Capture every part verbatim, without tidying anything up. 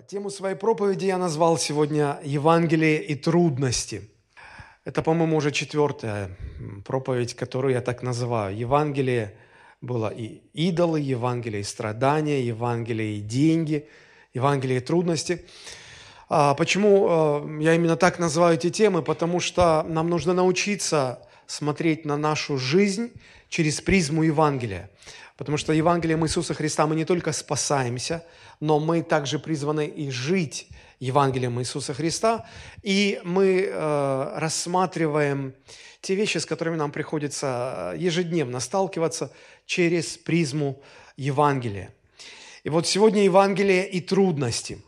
Тему своей проповеди я назвал сегодня «Евангелие и трудности». Это, по-моему, уже четвертая проповедь, которую я так называю. Евангелие было и идолы, Евангелие и страдания, Евангелие и деньги, Евангелие и трудности. А почему я именно так называю эти темы? Потому что нам нужно научиться смотреть на нашу жизнь через призму Евангелия. Потому что Евангелием Иисуса Христа мы не только спасаемся, но мы также призваны и жить Евангелием Иисуса Христа. И мы э, рассматриваем те вещи, с которыми нам приходится ежедневно сталкиваться через призму Евангелия. И вот сегодня Евангелие и трудности.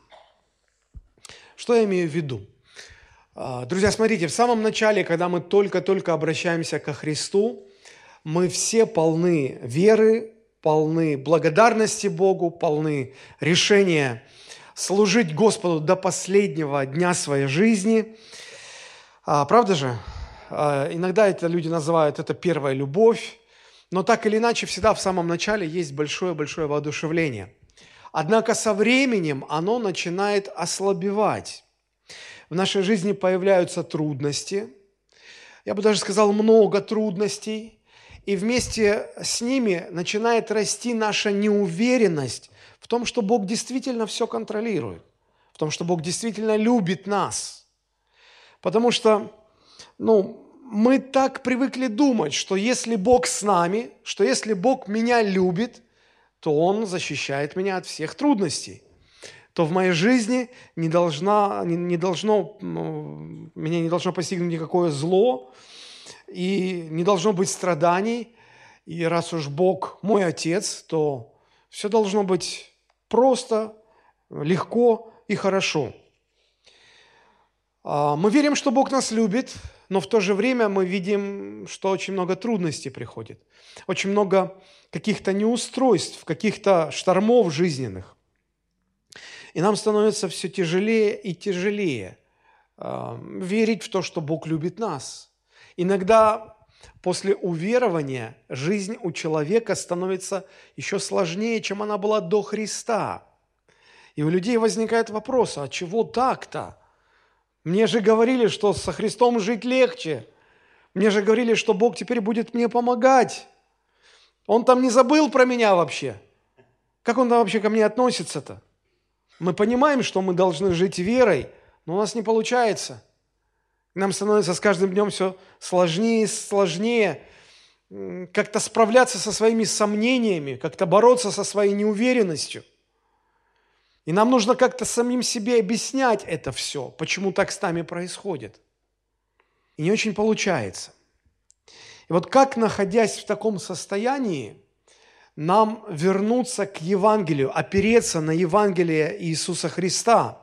Что я имею в виду? Друзья, смотрите, в самом начале, когда мы только-только обращаемся ко Христу, мы все полны веры, полны благодарности Богу, полны решения служить Господу до последнего дня своей жизни. А, правда же? А, иногда это люди называют это первая любовь, но так или иначе всегда в самом начале есть большое-большое воодушевление. Однако со временем оно начинает ослабевать. В нашей жизни появляются трудности, я бы даже сказал, много трудностей, и вместе с ними начинает расти наша неуверенность в том, что Бог действительно все контролирует, в том, что Бог действительно любит нас. Потому что, ну, мы так привыкли думать, что если Бог с нами, что если Бог меня любит, то Он защищает меня от всех трудностей, то в моей жизни не, должна, не, не должно, меня не должно постигнуть никакое зло, и не должно быть страданий. И раз уж Бог мой Отец, то все должно быть просто, легко и хорошо. Мы верим, что Бог нас любит, но в то же время мы видим, что очень много трудностей приходит, очень много каких-то неустройств, каких-то штормов жизненных. И нам становится все тяжелее и тяжелее э, верить в то, что Бог любит нас. Иногда после уверования жизнь у человека становится еще сложнее, чем она была до Христа. И у людей возникает вопрос, а чего так-то? Мне же говорили, что со Христом жить легче. Мне же говорили, что Бог теперь будет мне помогать. Он там не забыл про меня вообще. Как Он там вообще ко мне относится-то? Мы понимаем, что мы должны жить верой, но у нас не получается. Нам становится с каждым днем все сложнее и сложнее как-то справляться со своими сомнениями, как-то бороться со своей неуверенностью. И нам нужно как-то самим себе объяснять это все, почему так с нами происходит. И не очень получается. И вот как, находясь в таком состоянии, нам вернуться к Евангелию, опереться на Евангелие Иисуса Христа,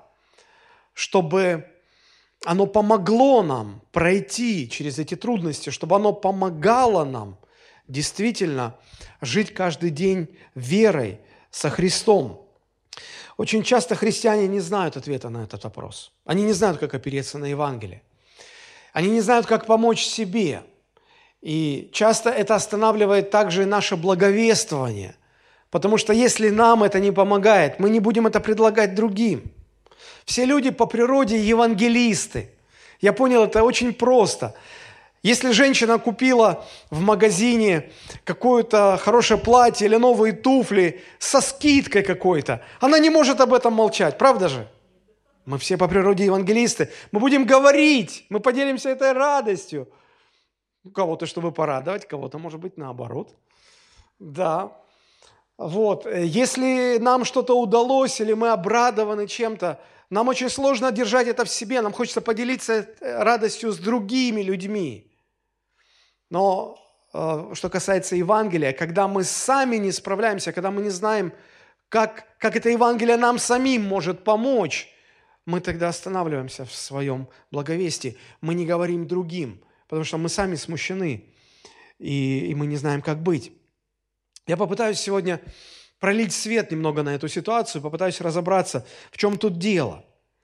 чтобы оно помогло нам пройти через эти трудности, чтобы оно помогало нам действительно жить каждый день верой со Христом. Очень часто христиане не знают ответа на этот вопрос. Они не знают, как опереться на Евангелие. Они не знают, как помочь себе. И часто это останавливает также и наше благовествование. Потому что если нам это не помогает, мы не будем это предлагать другим. Все люди по природе евангелисты. Я понял, это очень просто. Если женщина купила в магазине какое-то хорошее платье или новые туфли со скидкой какой-то, она не может об этом молчать, правда же? Мы все по природе евангелисты. Мы будем говорить, мы поделимся этой радостью. Кого-то, чтобы порадовать, кого-то, может быть, наоборот. Да. Вот. Если нам что-то удалось или мы обрадованы чем-то, нам очень сложно держать это в себе, нам хочется поделиться радостью с другими людьми. Но что касается Евангелия, когда мы сами не справляемся, когда мы не знаем, как, как это Евангелие нам самим может помочь, мы тогда останавливаемся в своем благовестии. Мы не говорим другим, потому что мы сами смущены, и, и мы не знаем, как быть. Я попытаюсь сегодня пролить свет немного на эту ситуацию, попытаюсь разобраться, в чем тут дело.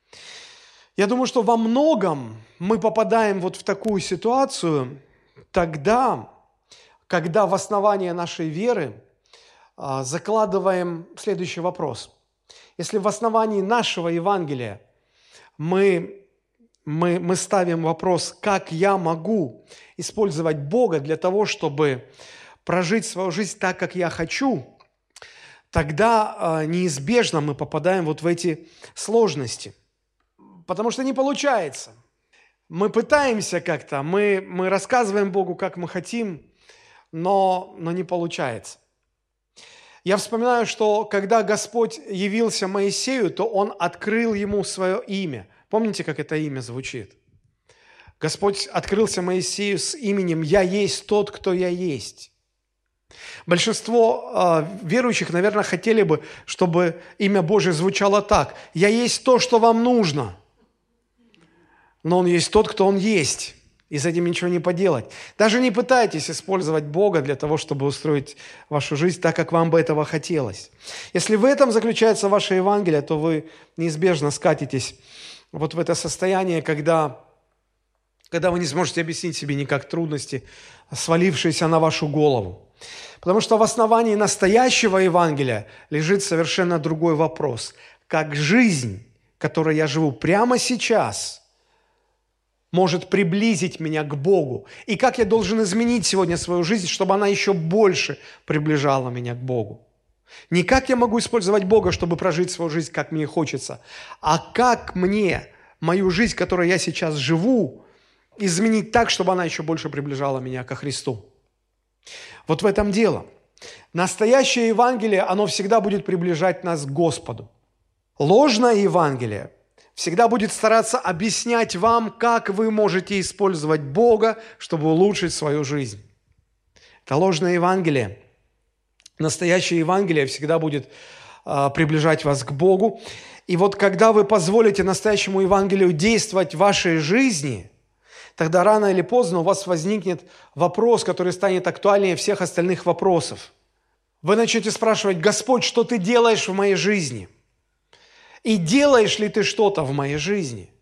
Я думаю, что во многом мы попадаем вот в такую ситуацию тогда, когда в основание нашей веры закладываем следующий вопрос. если в основании нашего Евангелия мы, мы, мы ставим вопрос, как я могу использовать Бога для того, чтобы прожить свою жизнь так, как я хочу, тогда неизбежно мы попадаем вот в эти сложности. Потому что не получается. Мы пытаемся как-то, мы, мы рассказываем Богу, как мы хотим, но, но не получается. Я вспоминаю, что когда Господь явился Моисею, то Он открыл ему свое имя. Помните, как это имя звучит? Господь открылся Моисею с именем «Я есть тот, кто я есть». Большинство э, верующих, наверное, хотели бы, чтобы имя Божие звучало так: «Я есть то, что вам нужно». Но Он есть тот, кто Он есть, и с этим ничего не поделать. Даже не пытайтесь использовать Бога для того, чтобы устроить вашу жизнь так, как вам бы этого хотелось. Если в этом заключается ваше Евангелие, то вы неизбежно скатитесь вот в это состояние, когда, когда вы не сможете объяснить себе никак трудности, свалившиеся на вашу голову. Потому что в основании настоящего Евангелия лежит совершенно другой вопрос. Как жизнь, которой я живу прямо сейчас, может приблизить меня к Богу? И как я должен изменить сегодня свою жизнь, чтобы она еще больше приближала меня к Богу? Не как я могу использовать Бога, чтобы прожить свою жизнь, как мне хочется, а как мне мою жизнь, которой я сейчас живу, изменить так, чтобы она еще больше приближала меня ко Христу. Вот в этом дело. Настоящее Евангелие, оно всегда будет приближать нас к Господу. Ложное Евангелие всегда будет стараться объяснять вам, как вы можете использовать Бога, чтобы улучшить свою жизнь. Это ложное Евангелие. Настоящее Евангелие всегда будет а, приближать вас к Богу. И вот когда вы позволите настоящему Евангелию действовать в вашей жизни, тогда рано или поздно у вас возникнет вопрос, который станет актуальнее всех остальных вопросов. Вы начнете спрашивать: «Господь, что ты делаешь в моей жизни? И делаешь ли ты что-то в моей жизни?»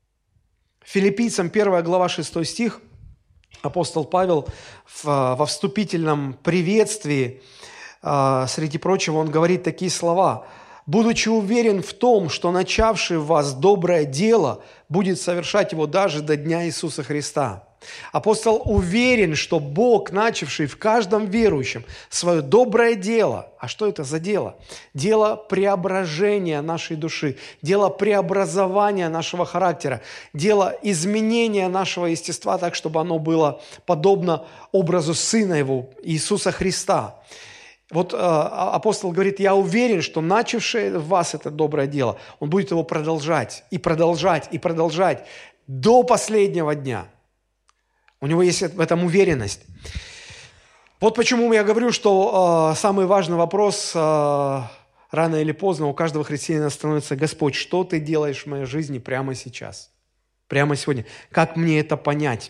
Филиппийцам первая глава шестой стих, апостол Павел в, во вступительном приветствии, среди прочего, он говорит такие слова: «Будучи уверен в том, что начавший в вас доброе дело будет совершать его даже до дня Иисуса Христа». Апостол уверен, что Бог, начавший в каждом верующем свое доброе дело. А что это за дело? Дело преображения нашей души, дело преобразования нашего характера, дело изменения нашего естества так, чтобы оно было подобно образу Сына Его, Иисуса Христа. Вот э, апостол говорит: «Я уверен, что начавший в вас это доброе дело, он будет его продолжать и продолжать и продолжать до последнего дня». У него есть в этом уверенность. Вот почему я говорю, что э, самый важный вопрос э, рано или поздно у каждого христианина становится: «Господь, что ты делаешь в моей жизни прямо сейчас, прямо сегодня? Как мне это понять?»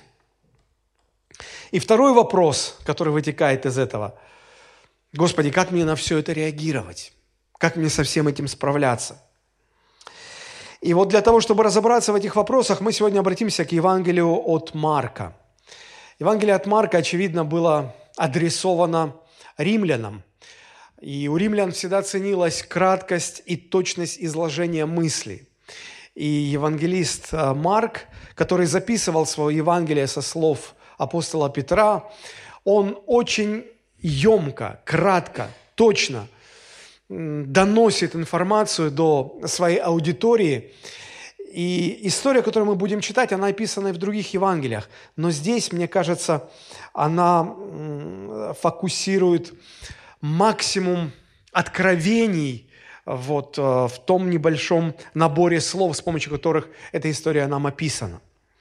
И второй вопрос, который вытекает из этого: «Господи, как мне на все это реагировать? Как мне со всем этим справляться?» И вот для того, чтобы разобраться в этих вопросах, мы сегодня обратимся к Евангелию от Марка. Евангелие от Марка, очевидно, было адресовано римлянам. И у римлян всегда ценилась краткость и точность изложения мыслей. И евангелист Марк, который записывал свое Евангелие со слов апостола Петра, он очень емко, кратко, точно доносит информацию до своей аудитории. И история, которую мы будем читать, она описана и в других Евангелиях. Но здесь, мне кажется, она фокусирует максимум откровений вот, в том небольшом наборе слов, с помощью которых эта история нам описана.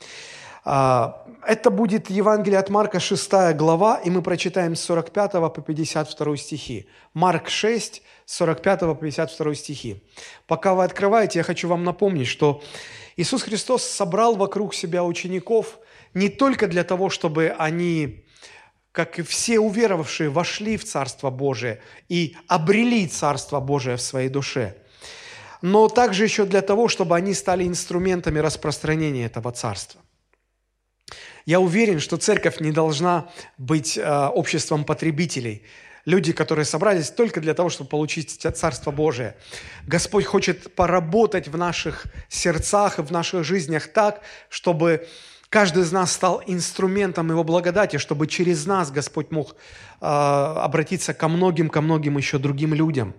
Это будет Евангелие от Марка, шестая глава, и мы прочитаем с сорок пятого по пятьдесят второй стихи. Марк шесть, с сорок пятого по пятьдесят второй стихи. Пока вы открываете, я хочу вам напомнить, что Иисус Христос собрал вокруг себя учеников не только для того, чтобы они, как и все уверовавшие, вошли в Царство Божие и обрели Царство Божие в своей душе, но также еще для того, чтобы они стали инструментами распространения этого Царства. Я уверен, что церковь не должна быть э, обществом потребителей. люди, которые собрались только для того, чтобы получить Царство Божие. Господь хочет поработать в наших сердцах и в наших жизнях так, чтобы каждый из нас стал инструментом Его благодати, чтобы через нас Господь мог э, обратиться ко многим, ко многим еще другим людям.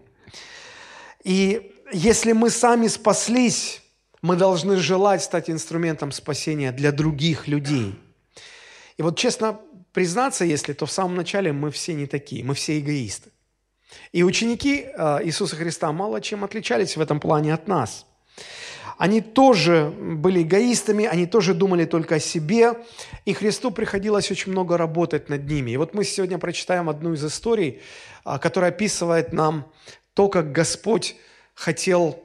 И если мы сами спаслись, мы должны желать стать инструментом спасения для других людей. И вот честно признаться, если, то в самом начале мы все не такие, мы все эгоисты. И ученики э, Иисуса Христа мало чем отличались в этом плане от нас. Они тоже были эгоистами, они тоже думали только о себе, и Христу приходилось очень много работать над ними. И вот мы сегодня прочитаем одну из историй, которая описывает нам то, как Господь хотел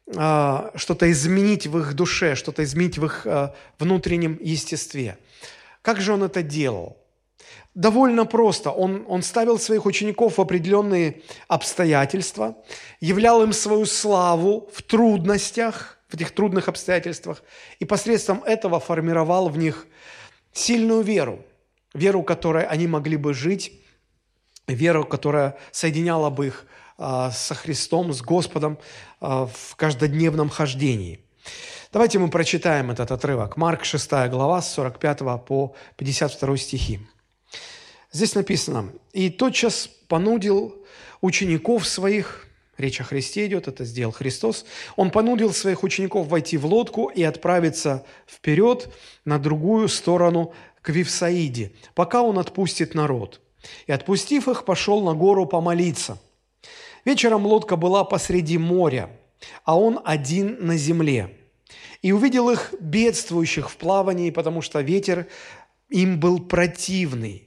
что-то изменить в их душе, что-то изменить в их внутреннем естестве. Как же Он это делал? Довольно просто. Он, он ставил своих учеников в определенные обстоятельства, являл им свою славу в трудностях, в этих трудных обстоятельствах, и посредством этого формировал в них сильную веру, веру, которой они могли бы жить, веру, которая соединяла бы их а, со Христом, с Господом а, в каждодневном хождении. Давайте мы прочитаем этот отрывок. Марк шестая глава, с сорок пятого по пятьдесят второй стихи. Здесь написано: «И тотчас понудил учеников своих». Речь о Христе идет, это сделал Христос. Он понудил своих учеников войти в лодку и отправиться вперед на другую сторону к Вифсаиде, пока он отпустит народ. И, отпустив их, пошел на гору помолиться. Вечером лодка была посреди моря, а он один на земле. И увидел их бедствующих в плавании, потому что ветер им был противный.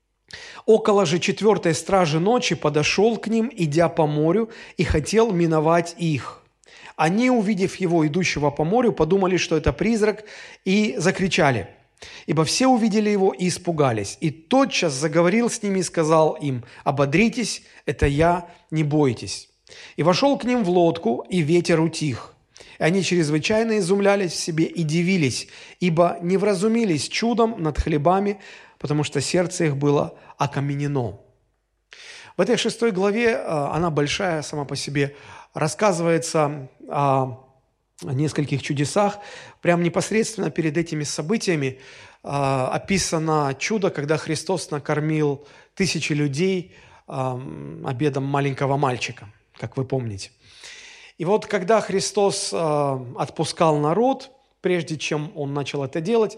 Около же четвертой стражи ночи подошел к ним, идя по морю, и хотел миновать их. Они, увидев его, идущего по морю, подумали, что это призрак, и закричали. Ибо все увидели его и испугались. И тотчас заговорил с ними и сказал им: «Ободритесь, это я, не бойтесь». И вошел к ним в лодку, и ветер утих. И они чрезвычайно изумлялись в себе и дивились, ибо не вразумились чудом над хлебами, потому что сердце их было окаменено. В этой шестой главе, она большая сама по себе, рассказывается о нескольких чудесах. Прямо непосредственно перед этими событиями описано чудо, когда Христос накормил тысячи людей обедом маленького мальчика, как вы помните. И вот когда Христос отпускал народ, прежде чем Он начал это делать,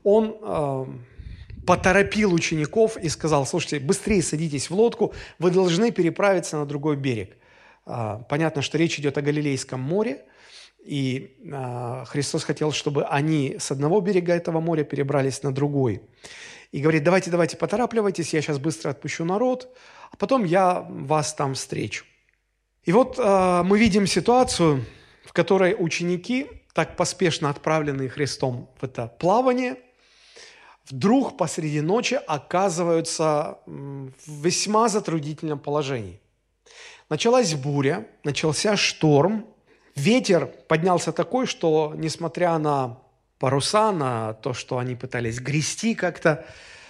Он поторопил учеников и сказал: слушайте, быстрее садитесь в лодку, вы должны переправиться на другой берег. Понятно, что речь идет о Галилейском море, и Христос хотел, чтобы они с одного берега этого моря перебрались на другой. И говорит: давайте, давайте, поторапливайтесь, я сейчас быстро отпущу народ, а потом я вас там встречу. И вот мы видим ситуацию, в которой ученики, так поспешно отправленные Христом в это плавание, вдруг посреди ночи оказываются в весьма затруднительном положении. Началась буря, начался шторм, ветер поднялся такой, что, несмотря на паруса, на то, что они пытались грести как-то,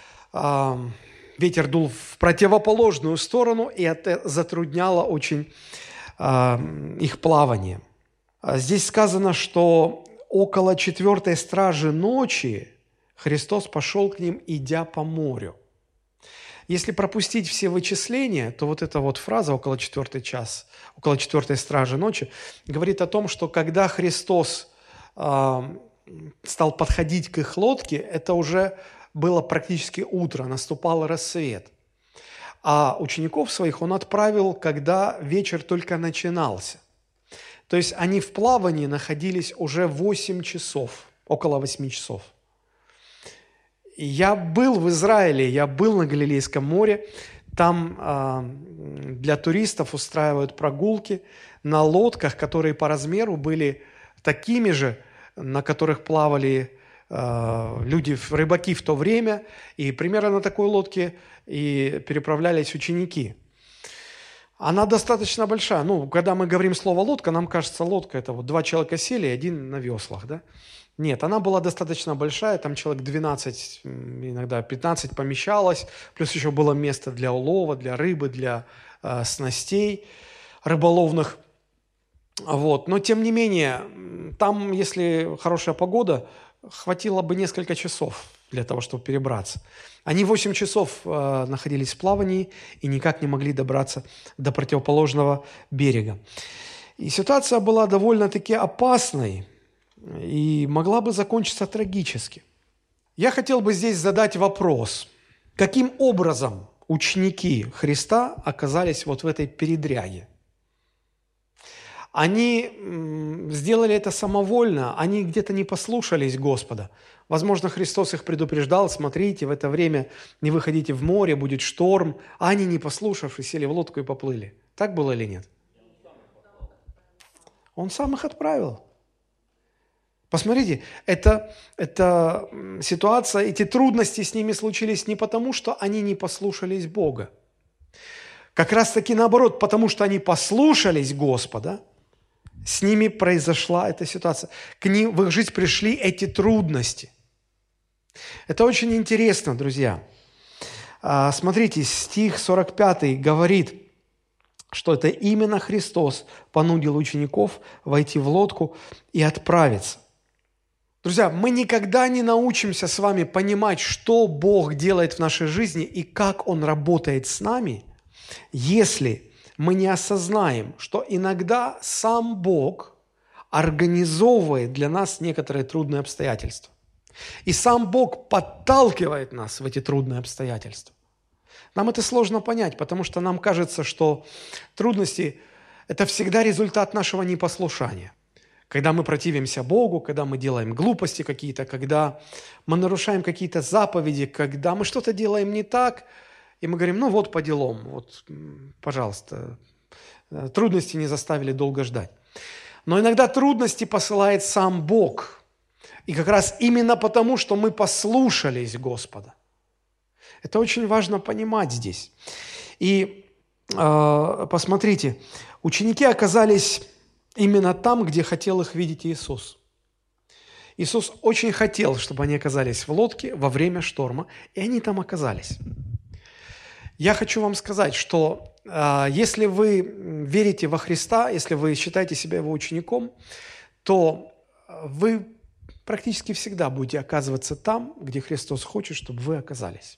ветер дул в противоположную сторону, и это затрудняло очень их плавание. Здесь сказано, что около четвертой стражи ночи Христос пошел к ним, идя по морю. Если пропустить все вычисления, то вот эта вот фраза «около четвертой час», «около четвертой стражи ночи» говорит о том, что когда Христос э, стал подходить к их лодке, это уже было практически утро, наступал рассвет. А учеников своих Он отправил, когда вечер только начинался. То есть они в плавании находились уже восемь часов, около восьми часов. Я был в Израиле, я был на Галилейском море, там э, для туристов устраивают прогулки на лодках, которые по размеру были такими же, на которых плавали э, люди, рыбаки в то время, и примерно на такой лодке и переправлялись ученики. Она достаточно большая. Ну, когда мы говорим слово «лодка», нам кажется, лодка – это вот два человека сели, один на веслах, да? Нет, она была достаточно большая, там человек двенадцать, иногда пятнадцать помещалось, плюс еще было место для улова, для рыбы, для э, снастей рыболовных. Вот. Но тем не менее, там, если хорошая погода, хватило бы несколько часов для того, чтобы перебраться. Они восемь часов э, находились в плавании и никак не могли добраться до противоположного берега. И ситуация была довольно-таки опасной и могла бы закончиться трагически. Я хотел бы здесь задать вопрос. Каким образом ученики Христа оказались вот в этой передряге? Они сделали это самовольно, они где-то не послушались Господа. Возможно, Христос их предупреждал: смотрите, в это время не выходите в море, будет шторм. А они, не послушавшись, сели в лодку и поплыли. Так было или нет? Он сам их отправил. Посмотрите, это, это ситуация, эти трудности с ними случились не потому, что они не послушались Бога. Как раз-таки наоборот, потому что они послушались Господа, с ними произошла эта ситуация. К ним, в их жизнь пришли эти трудности. Это очень интересно, друзья. Смотрите, стих сорок пятый говорит, что это именно Христос понудил учеников войти в лодку и отправиться. Друзья, мы никогда не научимся с вами понимать, что Бог делает в нашей жизни и как Он работает с нами, если мы не осознаем, что иногда сам Бог организовывает для нас некоторые трудные обстоятельства. И сам Бог подталкивает нас в эти трудные обстоятельства. Нам это сложно понять, потому что нам кажется, что трудности – это всегда результат нашего непослушания. Когда мы противимся Богу, когда мы делаем глупости какие-то, когда мы нарушаем какие-то заповеди, когда мы что-то делаем не так, и мы говорим: ну вот по делам, вот, пожалуйста, трудности не заставили долго ждать. Но иногда трудности посылает сам Бог. И как раз именно потому, что мы послушались Господа. Это очень важно понимать здесь. И э, посмотрите, ученики оказались именно там, где хотел их видеть Иисус. Иисус очень хотел, чтобы они оказались в лодке во время шторма, и они там оказались. Я хочу вам сказать, что э, если вы верите во Христа, если вы считаете себя Его учеником, то вы практически всегда будете оказываться там, где Христос хочет, чтобы вы оказались.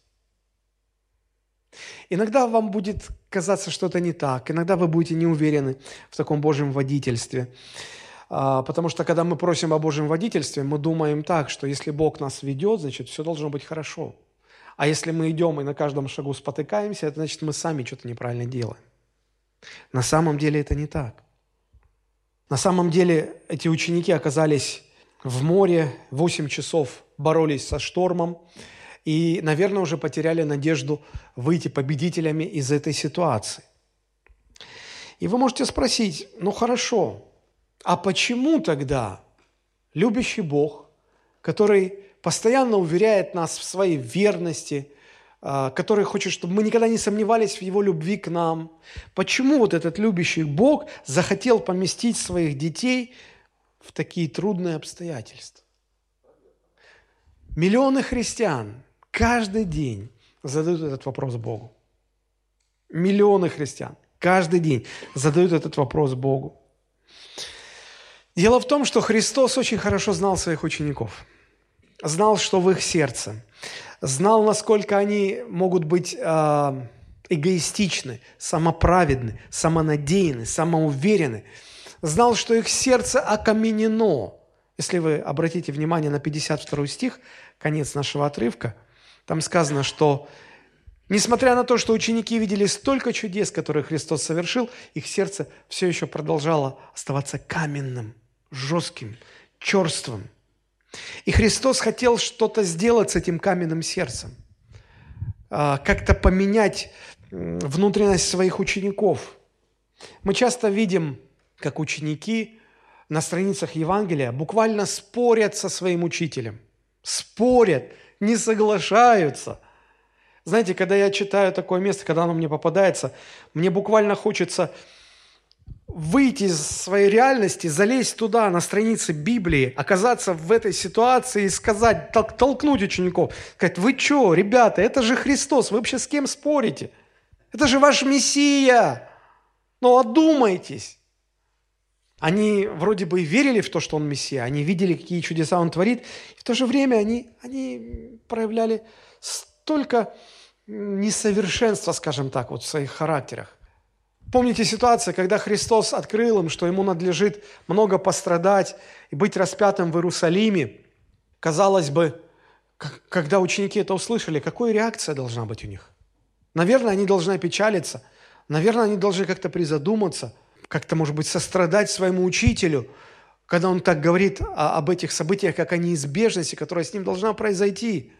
Иногда вам будет казаться, что это не так, иногда вы будете не уверены в таком Божьем водительстве, потому что когда мы просим о Божьем водительстве, мы думаем так, что если Бог нас ведет, значит, все должно быть хорошо. А если мы идем и на каждом шагу спотыкаемся, это значит, мы сами что-то неправильно делаем. На самом деле это не так. На самом деле эти ученики оказались в море, восемь часов боролись со штормом, и, наверное, уже потеряли надежду выйти победителями из этой ситуации. И вы можете спросить: ну хорошо, а почему тогда любящий Бог, который постоянно уверяет нас в своей верности, который хочет, чтобы мы никогда не сомневались в Его любви к нам, почему вот этот любящий Бог захотел поместить своих детей в такие трудные обстоятельства? Миллионы христиан каждый день задают этот вопрос Богу. Миллионы христиан каждый день задают этот вопрос Богу. Дело в том, что Христос очень хорошо знал своих учеников, знал, что в их сердце, знал, насколько они могут быть э, эгоистичны, самоправедны, самонадеянны, самоуверены, знал, что их сердце окаменено. Если вы обратите внимание на пятьдесят второй стих, конец нашего отрывка, там сказано, что несмотря на то, что ученики видели столько чудес, которые Христос совершил, их сердце все еще продолжало оставаться каменным, жестким, черствым. И Христос хотел что-то сделать с этим каменным сердцем, как-то поменять внутренность своих учеников. Мы часто видим, как ученики на страницах Евангелия буквально спорят со своим учителем. Спорят, не соглашаются. Знаете, когда я читаю такое место, когда оно мне попадается, мне буквально хочется выйти из своей реальности, залезть туда, на страницы Библии, оказаться в этой ситуации и сказать, тол- толкнуть учеников, сказать, вы что, ребята, это же Христос, вы вообще с кем спорите? Это же ваш Мессия, ну одумайтесь. Они вроде бы и верили в то, что Он Мессия, они видели, какие чудеса Он творит, и в то же время они, они проявляли столько несовершенства, скажем так, вот в своих характерах. Помните ситуацию, когда Христос открыл им, что Ему надлежит много пострадать и быть распятым в Иерусалиме? Казалось бы, когда ученики это услышали, какая реакция должна быть у них? Наверное, они должны опечалиться, наверное, они должны как-то призадуматься, как-то, может быть, сострадать своему учителю, когда он так говорит о, об этих событиях, как о неизбежности, которая с ним должна произойти.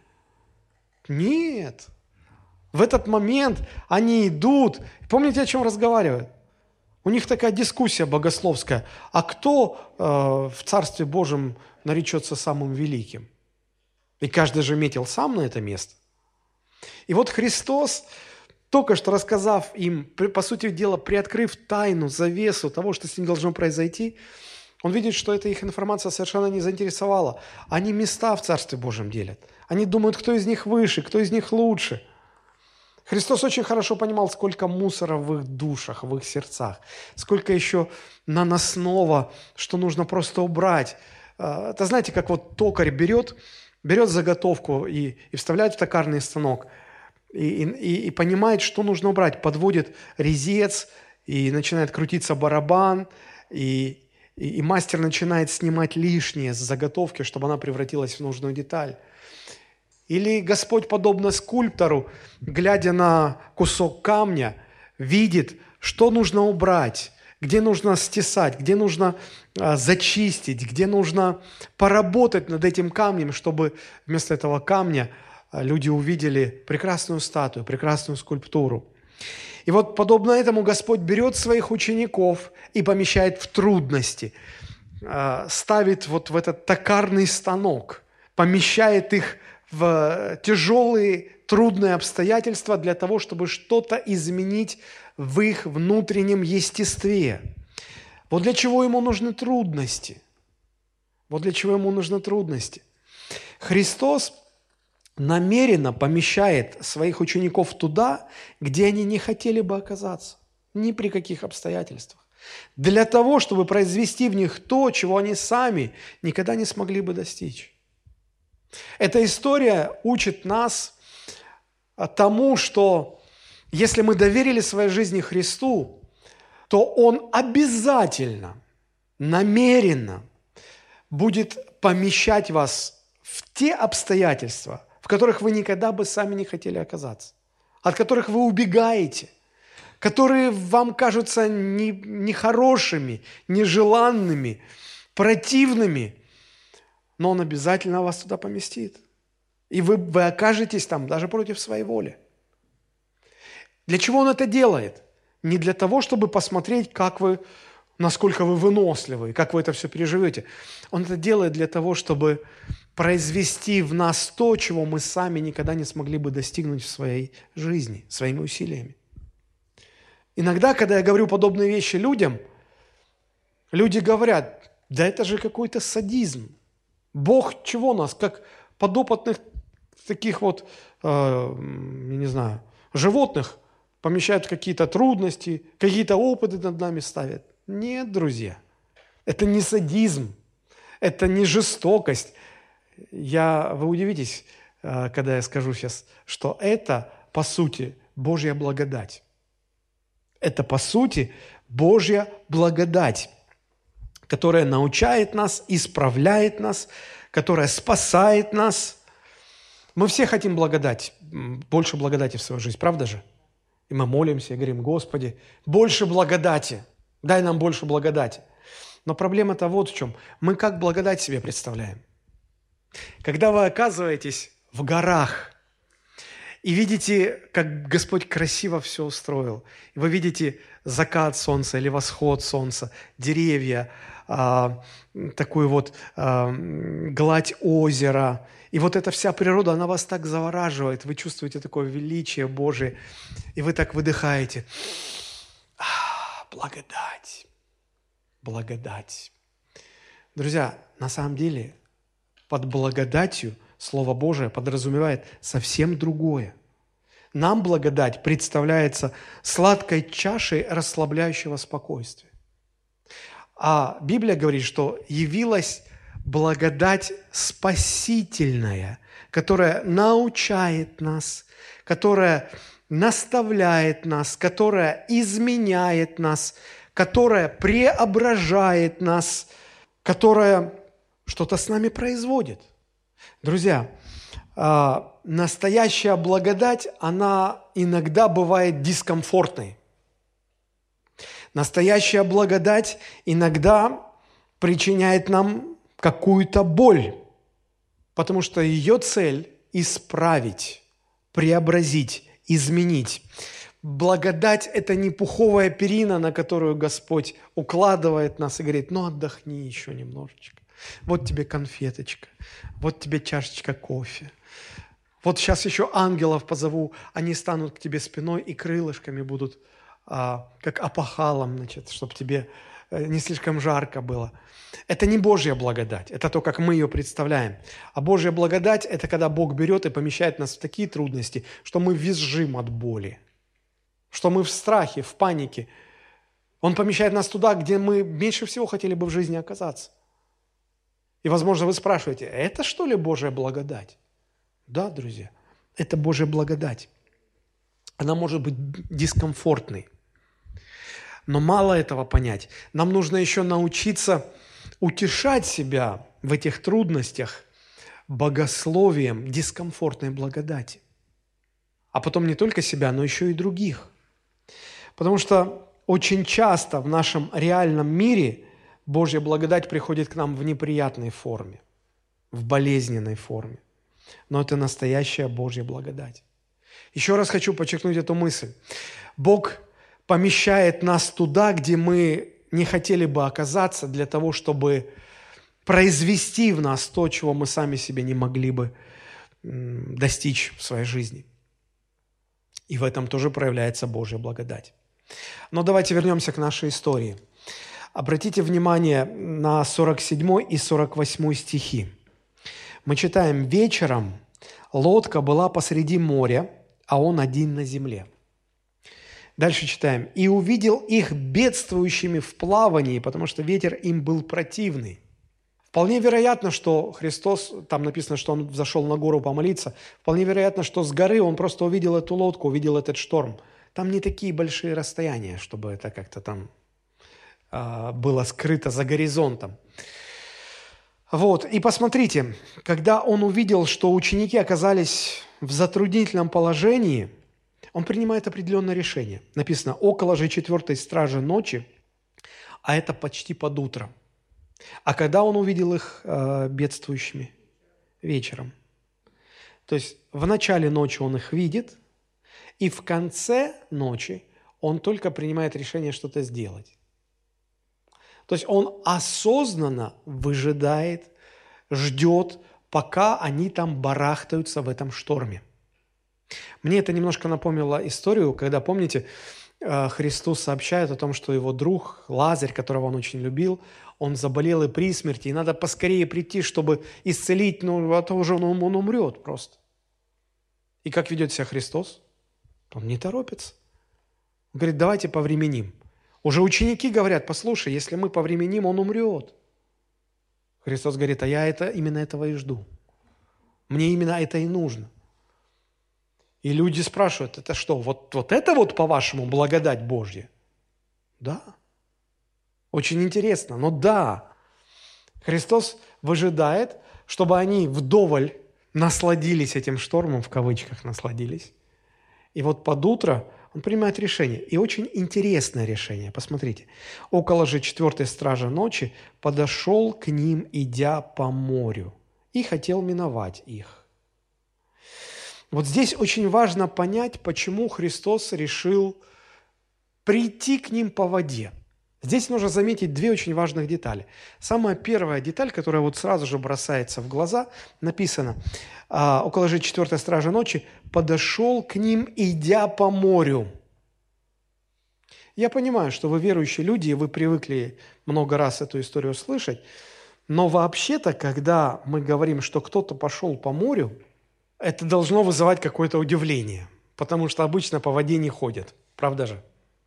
Нет. В этот момент они идут. Помните, о чем разговаривают? У них такая дискуссия богословская. А кто э, в Царстве Божьем наречется самым великим? И каждый же метил сам на это место. И вот Христос, только что рассказав им, по сути дела, приоткрыв тайну, завесу того, что с ним должно произойти, он видит, что эта их информация совершенно не заинтересовала. Они места в Царстве Божьем делят. Они думают, кто из них выше, кто из них лучше. Христос очень хорошо понимал, сколько мусора в их душах, в их сердцах, сколько еще наносного, что нужно просто убрать. Это знаете, как вот токарь берет, берет заготовку и, и вставляет в токарный станок, и, и, и понимает, что нужно убрать, подводит резец, и начинает крутиться барабан, и, и, и мастер начинает снимать лишнее с заготовки, чтобы она превратилась в нужную деталь. Или Господь, подобно скульптору, глядя на кусок камня, видит, что нужно убрать, где нужно стесать, где нужно а, зачистить, где нужно поработать над этим камнем, чтобы вместо этого камня а, люди увидели прекрасную статую, прекрасную скульптуру. И вот подобно этому Господь берет своих учеников и помещает в трудности, а, ставит вот в этот токарный станок, помещает их в тяжелые, трудные обстоятельства для того, чтобы что-то изменить в их внутреннем естестве. Вот для чего ему нужны трудности. Вот для чего ему нужны трудности. Христос намеренно помещает своих учеников туда, где они не хотели бы оказаться. Ни при каких обстоятельствах. Для того, чтобы произвести в них то, чего они сами никогда не смогли бы достичь. Эта история учит нас тому, что если мы доверили своей жизни Христу, то Он обязательно, намеренно будет помещать вас в те обстоятельства, в которых вы никогда бы сами не хотели оказаться, от которых вы убегаете, которые вам кажутся не- нехорошими, нежеланными, противными, но Он обязательно вас туда поместит. И вы, вы окажетесь там даже против своей воли. Для чего Он это делает? Не для того, чтобы посмотреть, как вы, насколько вы выносливы, как вы это все переживете. Он это делает для того, чтобы произвести в нас то, чего мы сами никогда не смогли бы достигнуть в своей жизни, своими усилиями. Иногда, когда я говорю подобные вещи людям, люди говорят, да это же какой-то садизм. Бог чего нас, как подопытных таких вот, э, я не знаю, животных помещают в какие-то трудности, какие-то опыты над нами ставят. Нет, друзья, это не садизм, это не жестокость. Я, вы удивитесь, э, когда я скажу сейчас, что это, по сути, Божья благодать. Это, по сути, Божья благодать, которая научает нас, исправляет нас, которая спасает нас. Мы все хотим благодать, больше благодати в свою жизнь, правда же? И мы молимся и говорим, Господи, больше благодати, дай нам больше благодати. Но проблема-то вот в чем. Мы как благодать себе представляем. Когда вы оказываетесь в горах и видите, как Господь красиво все устроил, и вы видите закат солнца или восход солнца, деревья, а, такую вот а, гладь озера, и вот эта вся природа, она вас так завораживает, вы чувствуете такое величие Божие, и вы так выдыхаете. А, благодать. благодать. Друзья, на самом деле под благодатью Слово Божие подразумевает совсем другое. Нам благодать представляется сладкой чашей расслабляющего спокойствия. А Библия говорит, что явилась благодать спасительная, которая научает нас, которая наставляет нас, которая изменяет нас, которая преображает нас, которая что-то с нами производит. Друзья, настоящая благодать, она иногда бывает дискомфортной. Настоящая благодать иногда причиняет нам какую-то боль, потому что ее цель – исправить, преобразить, изменить. Благодать – это не пуховая перина, на которую Господь укладывает нас и говорит: ну отдохни еще немножечко. Вот тебе конфеточка, вот тебе чашечка кофе. Вот сейчас еще ангелов позову, они станут к тебе спиной и крылышками будут, а, как опахалом, значит, чтобы тебе не слишком жарко было. Это не Божья благодать, это то, как мы ее представляем. А Божья благодать – это когда Бог берет и помещает нас в такие трудности, что мы визжим от боли, что мы в страхе, в панике. Он помещает нас туда, где мы меньше всего хотели бы в жизни оказаться. И, возможно, вы спрашиваете: это что ли Божья благодать? Да, друзья, это Божья благодать. Она может быть дискомфортной. Но мало этого понять. Нам нужно еще научиться утешать себя в этих трудностях богословием дискомфортной благодати. А потом не только себя, но еще и других. Потому что очень часто в нашем реальном мире Божья благодать приходит к нам в неприятной форме, в болезненной форме. Но это настоящая Божья благодать. Еще раз хочу подчеркнуть эту мысль. Бог помещает нас туда, где мы не хотели бы оказаться, для того, чтобы произвести в нас то, чего мы сами себе не могли бы достичь в своей жизни. И в этом тоже проявляется Божья благодать. Но давайте вернемся к нашей истории. Обратите внимание на сорок седьмой и сорок восьмой стихи. Мы читаем: «Вечером лодка была посреди моря, а он один на земле». Дальше читаем: «И увидел их бедствующими в плавании, потому что ветер им был противный». Вполне вероятно, что Христос, там написано, что Он взошел на гору помолиться, вполне вероятно, что с горы Он просто увидел эту лодку, увидел этот шторм. Там не такие большие расстояния, чтобы это как-то там а, было скрыто за горизонтом. Вот, и посмотрите, когда Он увидел, что ученики оказались в затруднительном положении, Он принимает определенное решение. Написано: «Около же четвертой стражи ночи», а это почти под утро. А когда Он увидел их э, бедствующими? Вечером. То есть в начале ночи Он их видит, и в конце ночи Он только принимает решение что-то сделать. То есть Он осознанно выжидает, ждет, пока они там барахтаются в этом шторме. Мне это немножко напомнило историю, когда, помните, Христос сообщает о том, что его друг Лазарь, которого он очень любил, он заболел и при смерти, и надо поскорее прийти, чтобы исцелить, но а то уже он, он умрет просто. И как ведет себя Христос? Он не торопится. Он говорит: давайте повременим. Уже ученики говорят: послушай, если мы повременим, он умрет. Христос говорит: а я это, именно этого и жду. Мне именно это и нужно. И люди спрашивают: это что, вот, вот это вот, по-вашему, благодать Божья? Да. Очень интересно, но да. Христос выжидает, чтобы они вдоволь насладились этим штормом, в кавычках насладились. И вот под утро Он принимает решение. И очень интересное решение. Посмотрите. «Около же четвертой стражи ночи подошел к ним, идя по морю, и хотел миновать их». Вот здесь очень важно понять, почему Христос решил прийти к ним по воде. Здесь нужно заметить две очень важных детали. Самая первая деталь, которая вот сразу же бросается в глаза, написано: «Около же четвертой стражи ночи подошел к ним, идя по морю». Я понимаю, что вы верующие люди, и вы привыкли много раз эту историю слышать, но вообще-то, когда мы говорим, что кто-то пошел по морю, это должно вызывать какое-то удивление, потому что обычно по воде не ходят, правда же?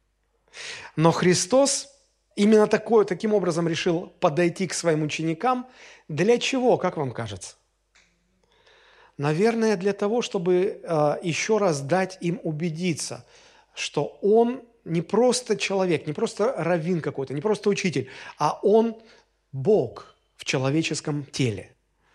Но Христос именно такое, таким образом решил подойти к своим ученикам. Для чего, как вам кажется? Наверное, для того, чтобы э, еще раз дать им убедиться, что Он не просто человек, не просто раввин какой-то, не просто учитель, а Он Бог в человеческом теле.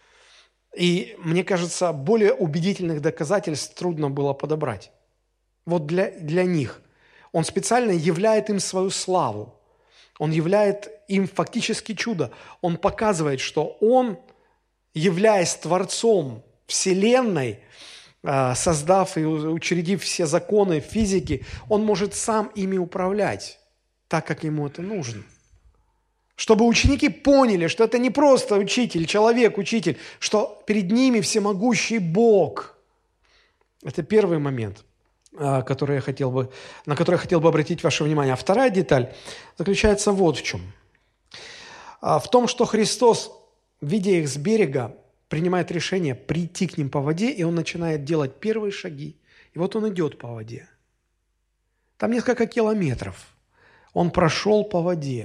И, мне кажется, более убедительных доказательств трудно было подобрать. Вот для, для них. Он специально являет им свою славу. Он являет им фактически чудо. Он показывает, что Он, являясь Творцом Вселенной, создав и учредив все законы физики, Он может сам ими управлять так, как Ему это нужно. Чтобы ученики поняли, что это не просто учитель, человек, учитель, что перед ними всемогущий Бог. Это первый момент, который я хотел бы, на который я хотел бы обратить ваше внимание. А вторая деталь заключается вот в чем. В том, что Христос, видя их с берега, принимает решение прийти к ним по воде, и Он начинает делать первые шаги. И вот Он идет по воде. Там несколько километров. Он прошел по воде.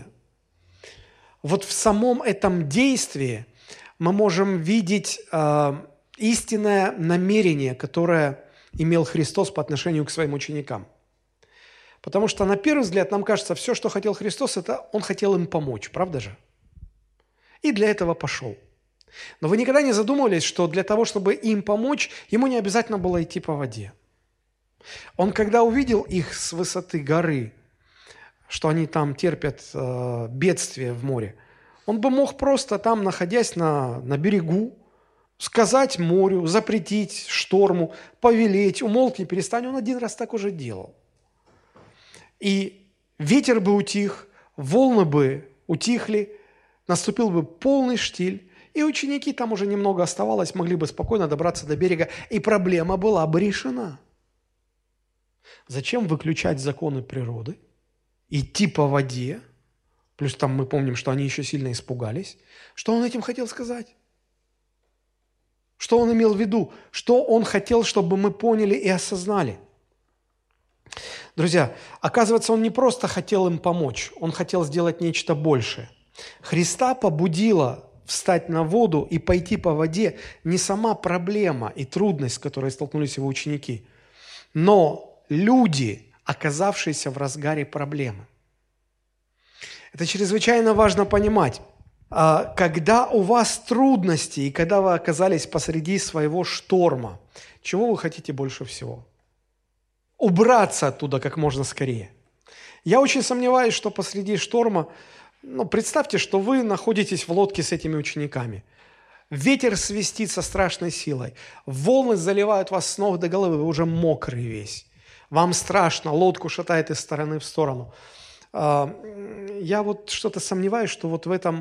Вот в самом этом действии мы можем видеть э, истинное намерение, которое имел Христос по отношению к своим ученикам. Потому что на первый взгляд нам кажется, все, что хотел Христос, это Он хотел им помочь, правда же? И для этого пошел. Но вы никогда не задумывались, что для того, чтобы им помочь, Ему не обязательно было идти по воде. Он, когда увидел их с высоты горы, что они там терпят э, бедствие в море, Он бы мог просто там, находясь на, на берегу, сказать морю, запретить шторму, повелеть, умолкни, перестань. Он один раз так уже делал. И ветер бы утих, волны бы утихли, наступил бы полный штиль, и ученики, там уже немного оставалось, могли бы спокойно добраться до берега, и проблема была бы решена. Зачем выключать законы природы, идти по воде, плюс там мы помним, что они еще сильно испугались. Что он этим хотел сказать? Что он имел в виду? Что он хотел, чтобы мы поняли и осознали? Друзья, оказывается, он не просто хотел им помочь, он хотел сделать нечто большее. Христа побудила встать на воду и пойти по воде не сама проблема и трудность, с которой столкнулись его ученики, но люди, оказавшиеся в разгаре проблемы. Это чрезвычайно важно понимать. Когда у вас трудности, и когда вы оказались посреди своего шторма, чего вы хотите больше всего? Убраться оттуда как можно скорее. Я очень сомневаюсь, что посреди шторма, ну, представьте, что вы находитесь в лодке с этими учениками. Ветер свистит со страшной силой, волны заливают вас с ног до головы, вы уже мокрый весь. Вам страшно, лодку шатает из стороны в сторону. Я вот что-то сомневаюсь, что вот в этом,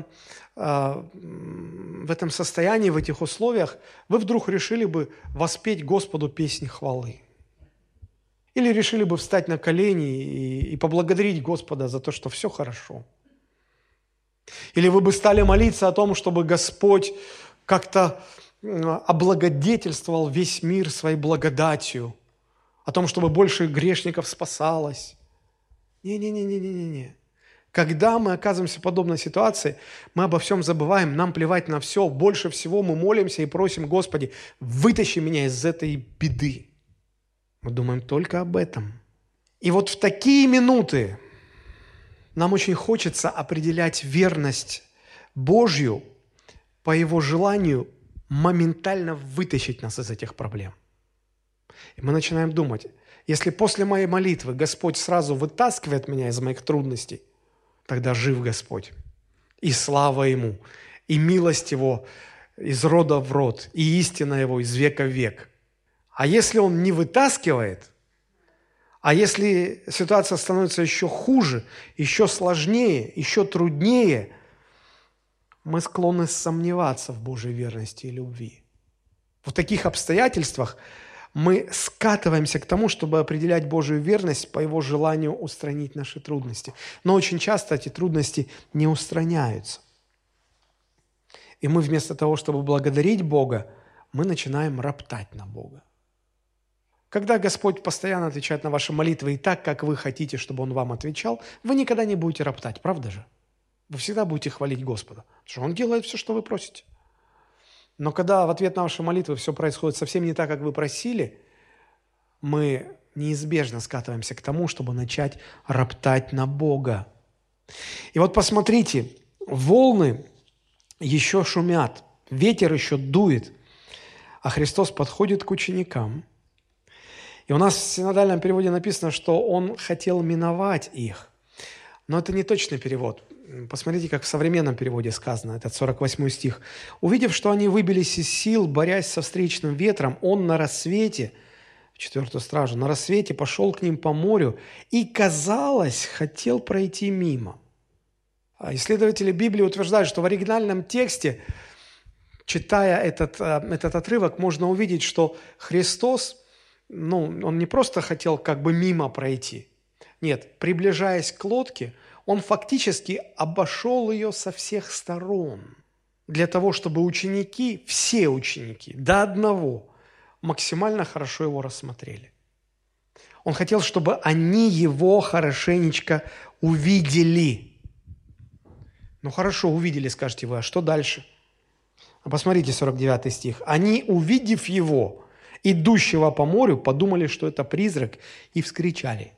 в этом состоянии, в этих условиях вы вдруг решили бы воспеть Господу песнь хвалы. Или решили бы встать на колени и, и поблагодарить Господа за то, что все хорошо. Или вы бы стали молиться о том, чтобы Господь как-то облагодетельствовал весь мир своей благодатью, о том, чтобы больше грешников спасалось. Не-не-не-не-не-не. Когда мы оказываемся в подобной ситуации, мы обо всем забываем, нам плевать на все. Больше всего мы молимся и просим: Господи, вытащи меня из этой беды. Мы думаем только об этом. И вот в такие минуты нам очень хочется определять верность Божью по Его желанию моментально вытащить нас из этих проблем. И мы начинаем думать: если после моей молитвы Господь сразу вытаскивает меня из моих трудностей, тогда жив Господь. И слава Ему, и милость Его из рода в род, и истина Его из века в век. А если Он не вытаскивает, а если ситуация становится еще хуже, еще сложнее, еще труднее, мы склонны сомневаться в Божьей верности и любви. В таких обстоятельствах мы скатываемся к тому, чтобы определять Божию верность по Его желанию устранить наши трудности. Но очень часто эти трудности не устраняются. И мы вместо того, чтобы благодарить Бога, мы начинаем роптать на Бога. Когда Господь постоянно отвечает на ваши молитвы и так, как вы хотите, чтобы Он вам отвечал, вы никогда не будете роптать, правда же? Вы всегда будете хвалить Господа, потому что Он делает все, что вы просите. Но когда в ответ на ваши молитвы все происходит совсем не так, как вы просили, мы неизбежно скатываемся к тому, чтобы начать роптать на Бога. И вот посмотрите, волны еще шумят, ветер еще дует, а Христос подходит к ученикам. И у нас в синодальном переводе написано, что Он хотел миновать их. Но это не точный перевод. Посмотрите, как в современном переводе сказано, этот сорок восьмой стих. «Увидев, что они выбились из сил, борясь со встречным ветром, Он на рассвете, в четвертую стражу, на рассвете пошел к ним по морю и, казалось, хотел пройти мимо». Исследователи Библии утверждают, что в оригинальном тексте, читая этот, этот отрывок, можно увидеть, что Христос, ну, Он не просто хотел как бы мимо пройти. Нет, приближаясь к лодке, Он фактически обошел ее со всех сторон для того, чтобы ученики, все ученики, до одного, максимально хорошо его рассмотрели. Он хотел, чтобы они его хорошенечко увидели. Ну хорошо, увидели, скажете вы, а что дальше? А посмотрите, сорок девятый стих. «Они, увидев его, идущего по морю, подумали, что это призрак, и вскричали».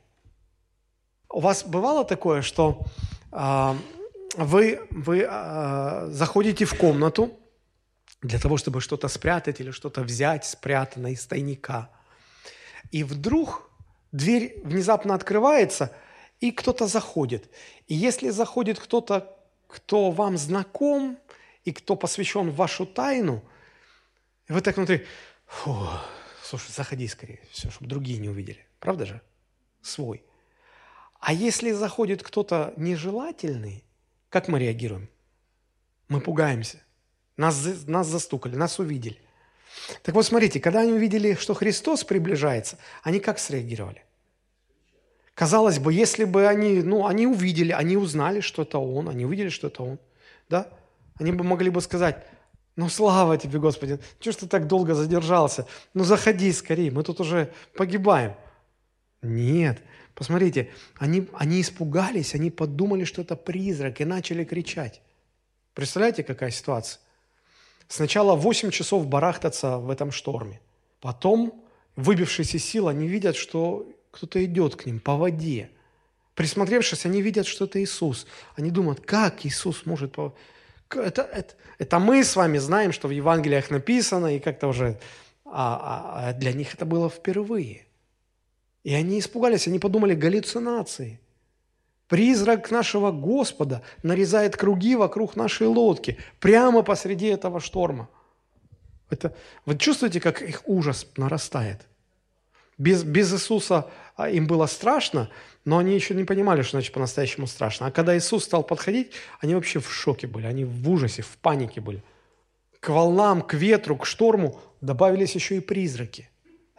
У вас бывало такое, что э, вы, вы э, заходите в комнату для того, чтобы что-то спрятать или что-то взять спрятанное из тайника, и вдруг дверь внезапно открывается, и кто-то заходит. И если заходит кто-то, кто вам знаком и кто посвящен в вашу тайну, вы так внутри, фу, слушай, заходи скорее, все, чтобы другие не увидели. Правда же? Свой. А если заходит кто-то нежелательный, как мы реагируем? Мы пугаемся. Нас, нас застукали, нас увидели. Так вот, смотрите, когда они увидели, что Христос приближается, они как среагировали? Казалось бы, если бы они, ну, они увидели, они узнали, что это Он, они увидели, что это Он, да? Они бы могли бы сказать, ну, слава тебе, Господи, чего ж ты так долго задержался? Ну, заходи скорее, мы тут уже погибаем. Нет. Посмотрите, они, они испугались, они подумали, что это призрак, и начали кричать. Представляете, какая ситуация? Сначала восемь часов барахтаться в этом шторме. Потом, выбившись из сил, они видят, что кто-то идет к ним по воде. Присмотревшись, они видят, что это Иисус. Они думают, как Иисус может... По... Это, это, это мы с вами знаем, что в Евангелиях написано, и как-то уже... А, а для них это было впервые. И они испугались, они подумали, галлюцинации. Призрак нашего Господа нарезает круги вокруг нашей лодки, прямо посреди этого шторма. Это, вы чувствуете, как их ужас нарастает? Без, без Иисуса им было страшно, но они еще не понимали, что значит по-настоящему страшно. А когда Иисус стал подходить, они вообще в шоке были, они в ужасе, в панике были. К волнам, к ветру, к шторму добавились еще и призраки.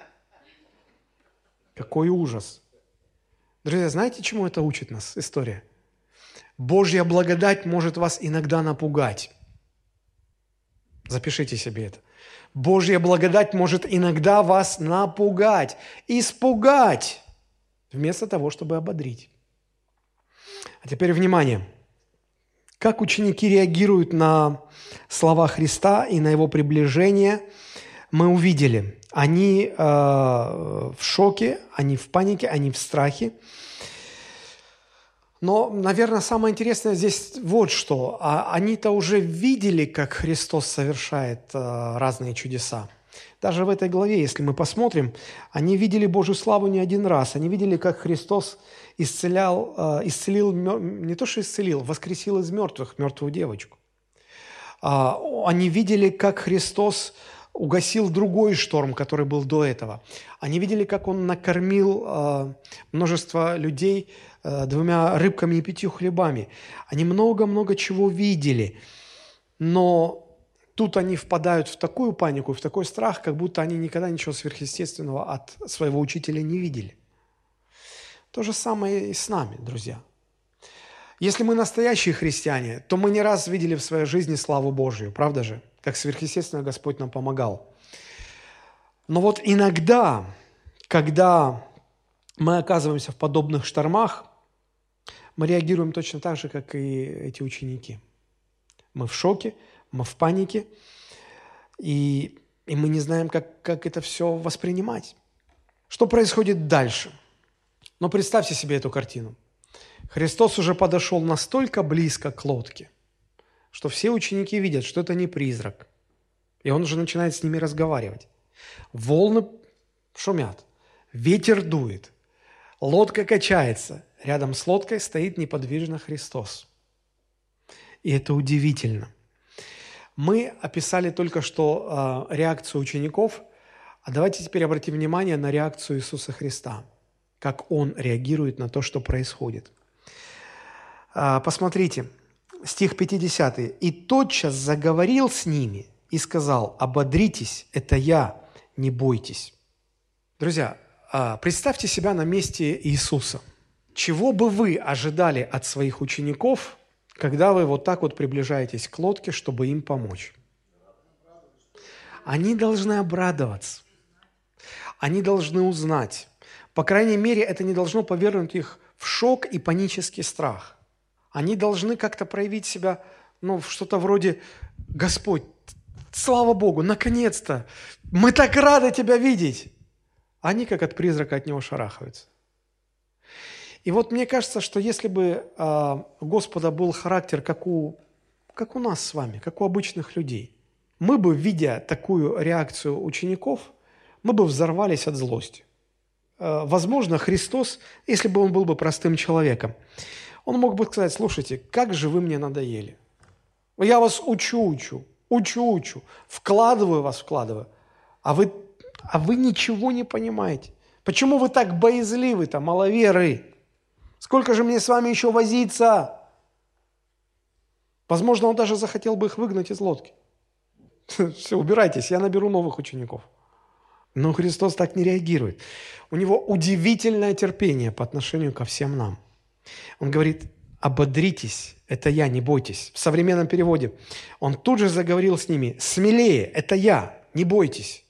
Какой ужас! Друзья, знаете, чему это учит нас история? Божья благодать может вас иногда напугать. Запишите себе это. Божья благодать может иногда вас напугать, испугать, вместо того, чтобы ободрить. А теперь внимание. Как ученики реагируют на слова Христа и на Его приближение, мы увидели. Они э, в шоке, они в панике, они в страхе. Но, наверное, самое интересное здесь вот что. А, они-то уже видели, как Христос совершает э, разные чудеса. Даже в этой главе, если мы посмотрим, они видели Божью славу не один раз. Они видели, как Христос исцелял, э, исцелил, не то что исцелил, воскресил из мертвых мертвую девочку. Э, они видели, как Христос угасил другой шторм, который был до этого. Они видели, как Он накормил э, множество людей э, двумя рыбками и пятью хлебами. Они много-много чего видели. Но тут они впадают в такую панику, в такой страх, как будто они никогда ничего сверхъестественного от своего учителя не видели. То же самое и с нами, друзья. Если мы настоящие христиане, то мы не раз видели в своей жизни славу Божию, правда же? Как сверхъестественно Господь нам помогал. Но вот иногда, когда мы оказываемся в подобных штормах, мы реагируем точно так же, как и эти ученики. Мы в шоке, мы в панике, и, и мы не знаем, как, как это все воспринимать. Что происходит дальше? Но представьте себе эту картину. Христос уже подошел настолько близко к лодке, что все ученики видят, что это не призрак. И он уже начинает с ними разговаривать. Волны шумят, ветер дует, лодка качается. Рядом с лодкой стоит неподвижно Христос. И это удивительно. Мы описали только что э, реакцию учеников, а давайте теперь обратим внимание на реакцию Иисуса Христа, как Он реагирует на то, что происходит. Э, посмотрите, стих пятидесятый. «И тотчас заговорил с ними и сказал: ободритесь, это я, не бойтесь». Друзья, э, представьте себя на месте Иисуса. Чего бы вы ожидали от своих учеников, когда вы вот так вот приближаетесь к лодке, чтобы им помочь? Они должны обрадоваться. Они должны узнать. По крайней мере, это не должно повергнуть их в шок и панический страх. Они должны как-то проявить себя, ну, в что-то вроде: «Господь, слава Богу, наконец-то! Мы так рады Тебя видеть!» Они, как от призрака, от Него шарахаются. И вот мне кажется, что если бы э, у Господа был характер, как у, как у нас с вами, как у обычных людей, мы бы, видя такую реакцию учеников, мы бы взорвались от злости. Э, возможно, Христос, если бы Он был бы простым человеком, Он мог бы сказать: слушайте, как же вы мне надоели. Я вас учу, учу, учу, учу, вкладываю вас, вкладываю, а вы, а вы ничего не понимаете. Почему вы так боязливы-то, маловеры? Сколько же мне с вами еще возиться? Возможно, он даже захотел бы их выгнать из лодки. Все, убирайтесь, я наберу новых учеников. Но Христос так не реагирует. У него удивительное терпение по отношению ко всем нам. Он говорит: ободритесь, это я, не бойтесь. В современном переводе он тут же заговорил с ними: смелее, это я, не бойтесь.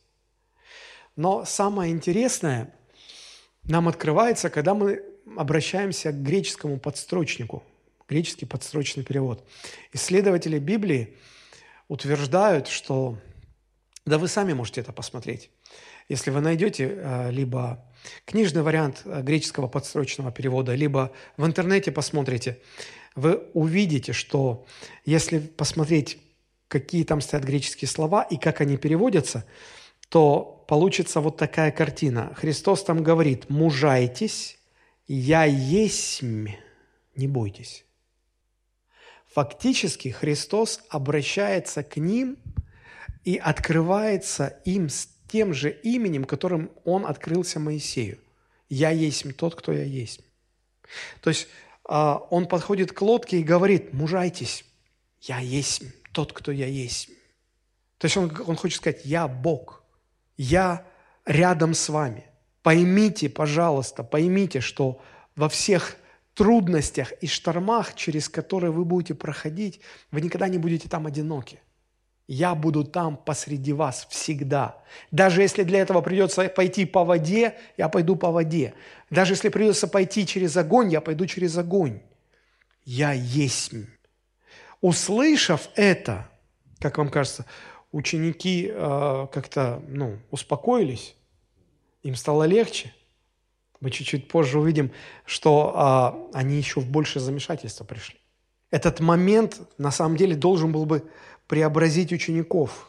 Но самое интересное нам открывается, когда мы обращаемся к греческому подстрочнику, греческий подстрочный перевод. Исследователи Библии утверждают, что, да вы сами можете это посмотреть, если вы найдете либо книжный вариант греческого подстрочного перевода, либо в интернете посмотрите, вы увидите, что если посмотреть, какие там стоят греческие слова и как они переводятся, то получится вот такая картина. Христос там говорит: мужайтесь, «Я есмь, не бойтесь». Фактически Христос обращается к ним и открывается им с тем же именем, которым Он открылся Моисею. «Я есмь тот, кто я есть». То есть Он подходит к лодке и говорит: мужайтесь, «Я есмь тот, кто я есть». То есть Он, он хочет сказать: «Я Бог, я рядом с вами». Поймите, пожалуйста, поймите, что во всех трудностях и штормах, через которые вы будете проходить, вы никогда не будете там одиноки. Я буду там посреди вас всегда. Даже если для этого придется пойти по воде, я пойду по воде. Даже если придется пойти через огонь, я пойду через огонь. Я есть. Услышав это, как вам кажется, ученики э, как-то ну, успокоились, им стало легче. Мы чуть-чуть позже увидим, что а, они еще в большее замешательство пришли. Этот момент, на самом деле, должен был бы преобразить учеников.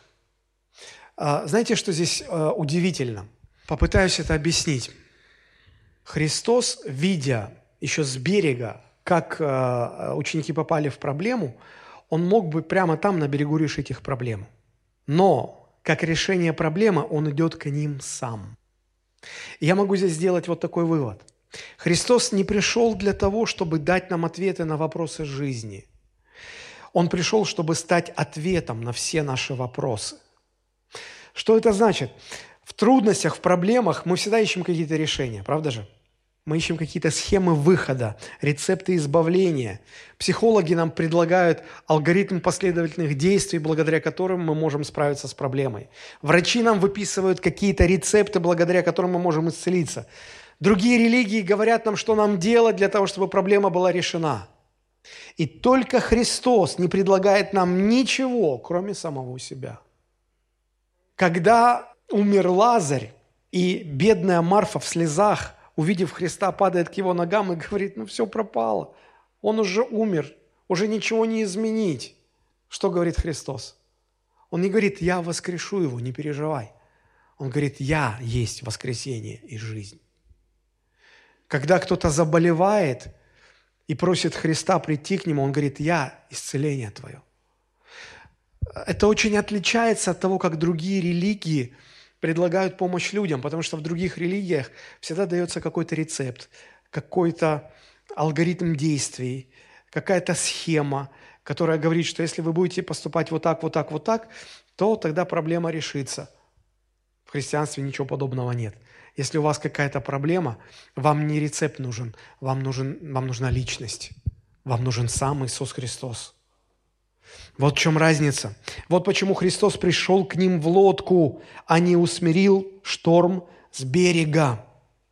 А, знаете, что здесь а, удивительно? Попытаюсь это объяснить. Христос, видя еще с берега, как а, ученики попали в проблему, Он мог бы прямо там, на берегу, решить их проблему. Но, как решение проблемы, Он идет к ним сам. Я могу здесь сделать вот такой вывод. Христос не пришел для того, чтобы дать нам ответы на вопросы жизни. Он пришел, чтобы стать ответом на все наши вопросы. Что это значит? В трудностях, в проблемах мы всегда ищем какие-то решения, правда же? Мы ищем какие-то схемы выхода, рецепты избавления. Психологи нам предлагают алгоритм последовательных действий, благодаря которым мы можем справиться с проблемой. Врачи нам выписывают какие-то рецепты, благодаря которым мы можем исцелиться. Другие религии говорят нам, что нам делать для того, чтобы проблема была решена. И только Христос не предлагает нам ничего, кроме самого себя. Когда умер Лазарь, и бедная Марфа в слезах, увидев Христа, падает к его ногам и говорит: ну все пропало, он уже умер, уже ничего не изменить. Что говорит Христос? Он не говорит: я воскрешу его, не переживай. Он говорит: я есть воскресение и жизнь. Когда кто-то заболевает и просит Христа прийти к нему, он говорит: я исцеление твое. Это очень отличается от того, как другие религии предлагают помощь людям, потому что в других религиях всегда дается какой-то рецепт, какой-то алгоритм действий, какая-то схема, которая говорит, что если вы будете поступать вот так, вот так, вот так, то тогда проблема решится. В христианстве ничего подобного нет. Если у вас какая-то проблема, вам не рецепт нужен, вам, нужен, вам нужна личность, вам нужен сам Иисус Христос. Вот в чем разница. Вот почему Христос пришел к ним в лодку, а не усмирил шторм с берега.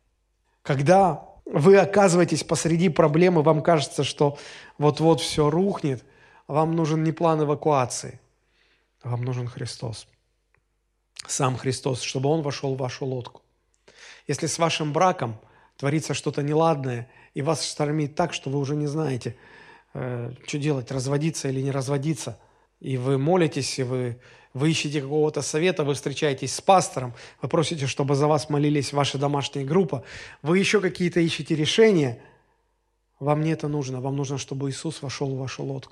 Когда вы оказываетесь посреди проблемы, вам кажется, что вот-вот все рухнет, вам нужен не план эвакуации, вам нужен Христос. Сам Христос, чтобы Он вошел в вашу лодку. Если с вашим браком творится что-то неладное, и вас штормит так, что вы уже не знаете, э, что делать, разводиться или не разводиться, и вы молитесь, и вы, вы ищете какого-то совета, вы встречаетесь с пастором, вы просите, чтобы за вас молились ваша домашняя группа, вы еще какие-то ищете решения, вам не это нужно, вам нужно, чтобы Иисус вошел в вашу лодку.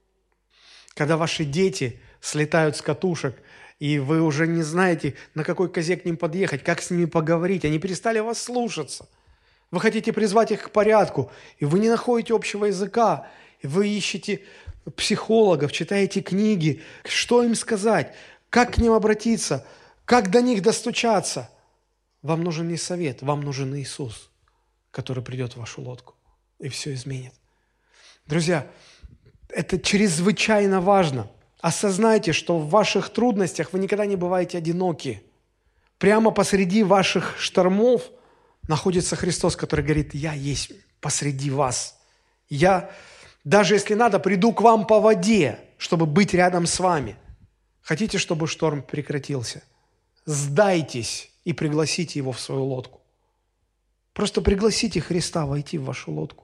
Когда ваши дети слетают с катушек, и вы уже не знаете, на какой козе к ним подъехать, как с ними поговорить, они перестали вас слушаться. Вы хотите призвать их к порядку, и вы не находите общего языка, и вы ищете психологов, читаете книги, что им сказать, как к ним обратиться, как до них достучаться. Вам нужен не совет, вам нужен Иисус, который придет в вашу лодку и все изменит. Друзья, это чрезвычайно важно. Осознайте, что в ваших трудностях вы никогда не бываете одиноки. Прямо посреди ваших штормов находится Христос, который говорит: я есть посреди вас. Я, даже если надо, приду к вам по воде, чтобы быть рядом с вами. Хотите, чтобы шторм прекратился? Сдайтесь и пригласите его в свою лодку. Просто пригласите Христа войти в вашу лодку,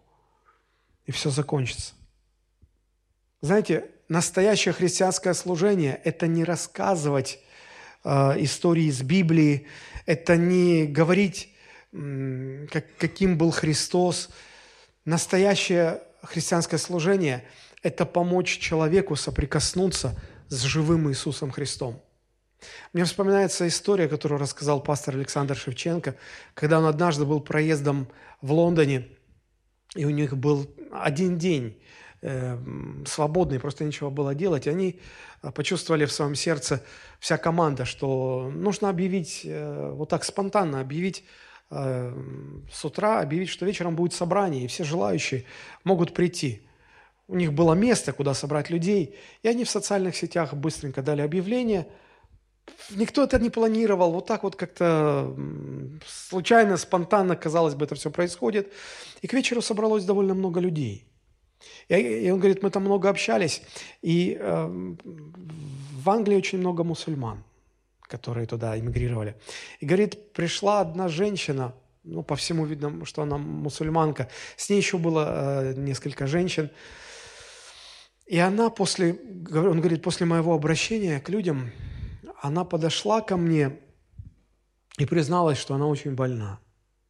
и все закончится. Знаете, настоящее христианское служение – это не рассказывать э, истории из Библии, это не говорить, м, как, каким был Христос. Настоящее христианское служение – это помочь человеку соприкоснуться с живым Иисусом Христом. Мне вспоминается история, которую рассказал пастор Александр Шевченко, когда он однажды был проездом в Лондоне, и у них был один день э, свободный, просто нечего было делать. И они почувствовали в своем сердце, вся команда, что нужно объявить, э, вот так спонтанно объявить э, с утра, объявить, что вечером будет собрание, и все желающие могут прийти. У них было место, куда собрать людей, и они в социальных сетях быстренько дали объявление. Никто это не планировал, вот так вот как-то случайно, спонтанно, казалось бы, это все происходит. И к вечеру собралось довольно много людей. И он говорит, мы там много общались, и э, в Англии очень много мусульман, которые туда эмигрировали. И говорит, пришла одна женщина, ну, по всему видно, что она мусульманка, с ней еще было э, несколько женщин. И она после, он говорит, после моего обращения к людям, она подошла ко мне и призналась, что она очень больна.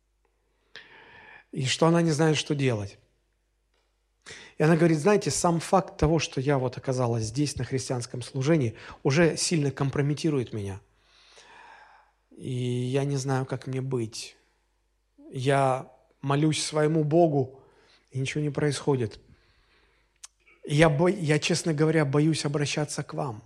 И что она не знает, что делать. И она говорит, знаете, сам факт того, что я вот оказалась здесь на христианском служении, уже сильно компрометирует меня. И я не знаю, как мне быть. Я молюсь своему Богу, и ничего не происходит. Я, бо... я, честно говоря, боюсь обращаться к вам.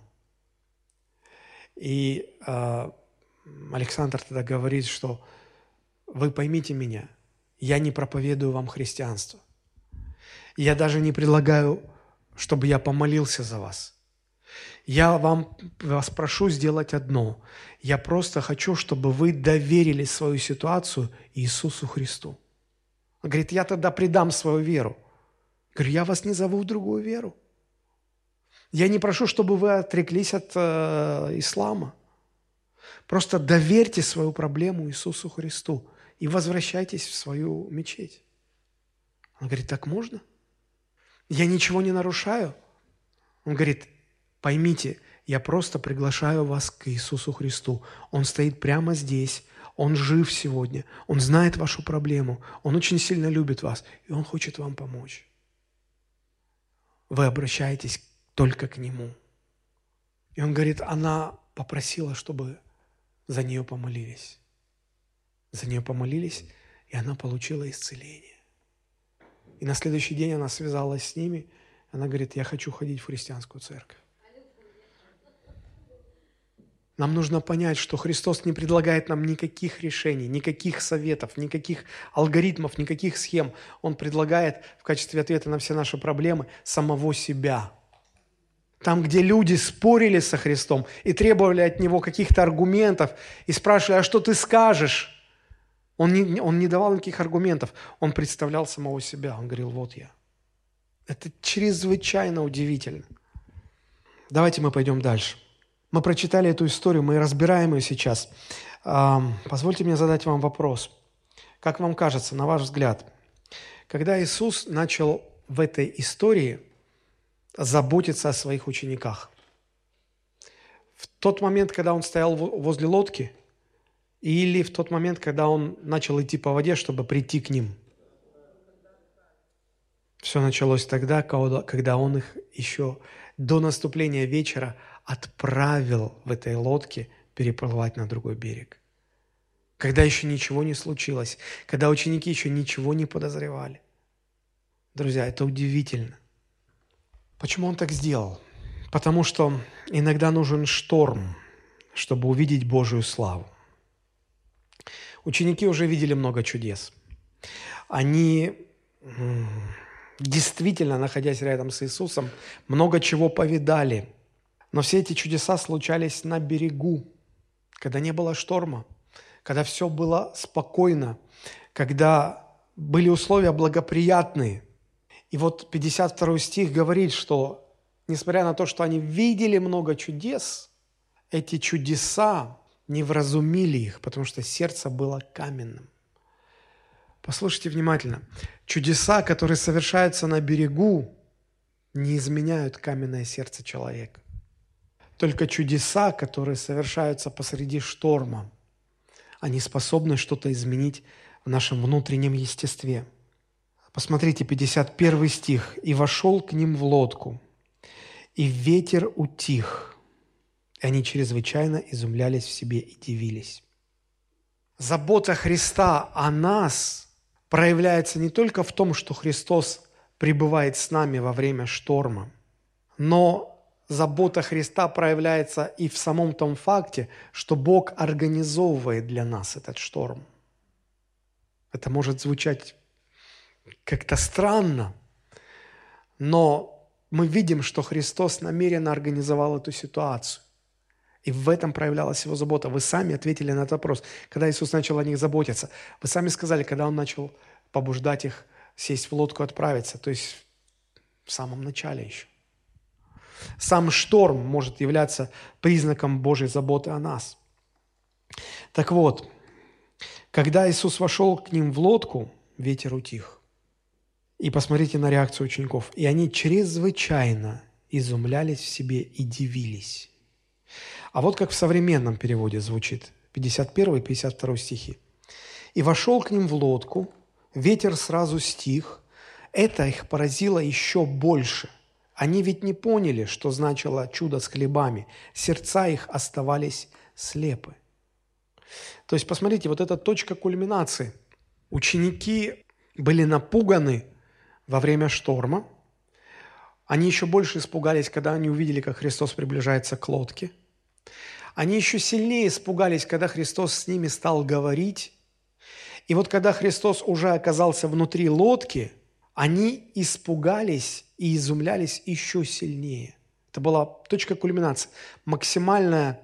И э, Александр тогда говорит, что вы поймите меня, я не проповедую вам христианство. Я даже не предлагаю, чтобы я помолился за вас. Я вам, вас прошу сделать одно. Я просто хочу, чтобы вы доверили свою ситуацию Иисусу Христу. Он говорит, я тогда предам свою веру. Говорю, я вас не зову в другую веру. Я не прошу, чтобы вы отреклись от э, ислама. Просто доверьте свою проблему Иисусу Христу и возвращайтесь в свою мечеть. Он говорит, так можно? Я ничего не нарушаю? Он говорит, поймите, я просто приглашаю вас к Иисусу Христу. Он стоит прямо здесь, Он жив сегодня, Он знает вашу проблему, Он очень сильно любит вас, и Он хочет вам помочь. Вы обращаетесь только к Нему. И он говорит, она попросила, чтобы за нее помолились. За нее помолились, и она получила исцеление. И на следующий день она связалась с ними. Она говорит, я хочу ходить в христианскую церковь. Нам нужно понять, что Христос не предлагает нам никаких решений, никаких советов, никаких алгоритмов, никаких схем. Он предлагает в качестве ответа на все наши проблемы самого себя. Там, где люди спорили со Христом и требовали от Него каких-то аргументов и спрашивали, а что ты скажешь? Он не, он не давал никаких аргументов. Он представлял самого себя. Он говорил, вот я. Это чрезвычайно удивительно. Давайте мы пойдем дальше. Мы прочитали эту историю, мы разбираем ее сейчас. Позвольте мне задать вам вопрос. Как вам кажется, на ваш взгляд, когда Иисус начал в этой истории заботиться о своих учениках, в тот момент, когда Он стоял возле лодки, или в тот момент, когда Он начал идти по воде, чтобы прийти к ним? Все началось тогда, когда Он их еще до наступления вечера отправил в этой лодке переплывать на другой берег. Когда еще ничего не случилось, когда ученики еще ничего не подозревали. Друзья, это удивительно. Почему Он так сделал? Потому что иногда нужен шторм, чтобы увидеть Божию славу. Ученики уже видели много чудес. Они, действительно, находясь рядом с Иисусом, много чего повидали. Но все эти чудеса случались на берегу, когда не было шторма, когда все было спокойно, когда были условия благоприятные. И вот пятьдесят второй стих говорит, что несмотря на то, что они видели много чудес, эти чудеса не вразумили их, потому что сердце было каменным. Послушайте внимательно. Чудеса, которые совершаются на берегу, не изменяют каменное сердце человека. Только чудеса, которые совершаются посреди шторма, они способны что-то изменить в нашем внутреннем естестве. Посмотрите, пятьдесят первый стих. «И вошел к ним в лодку, и ветер утих, и они чрезвычайно изумлялись в себе и дивились». Забота Христа о нас проявляется не только в том, что Христос пребывает с нами во время шторма, но забота Христа проявляется и в самом том факте, что Бог организовывает для нас этот шторм. Это может звучать как-то странно, но мы видим, что Христос намеренно организовал эту ситуацию. И в этом проявлялась Его забота. Вы сами ответили на этот вопрос. Когда Иисус начал о них заботиться, вы сами сказали, когда Он начал побуждать их сесть в лодку, отправиться, то есть в самом начале еще. Сам шторм может являться признаком Божьей заботы о нас. Так вот, когда Иисус вошел к ним в лодку, ветер утих. И посмотрите на реакцию учеников. И они чрезвычайно изумлялись в себе и дивились. А вот как в современном переводе звучит пятьдесят первый и пятьдесят второй стихи. «И вошел к ним в лодку, ветер сразу стих. Это их поразило еще больше. Они ведь не поняли, что значило чудо с хлебами. Сердца их оставались слепы». То есть, посмотрите, вот эта точка кульминации. Ученики были напуганы во время шторма. Они еще больше испугались, когда они увидели, как Христос приближается к лодке. Они еще сильнее испугались, когда Христос с ними стал говорить. И вот когда Христос уже оказался внутри лодки, они испугались и изумлялись еще сильнее. Это была точка кульминации, максимальная,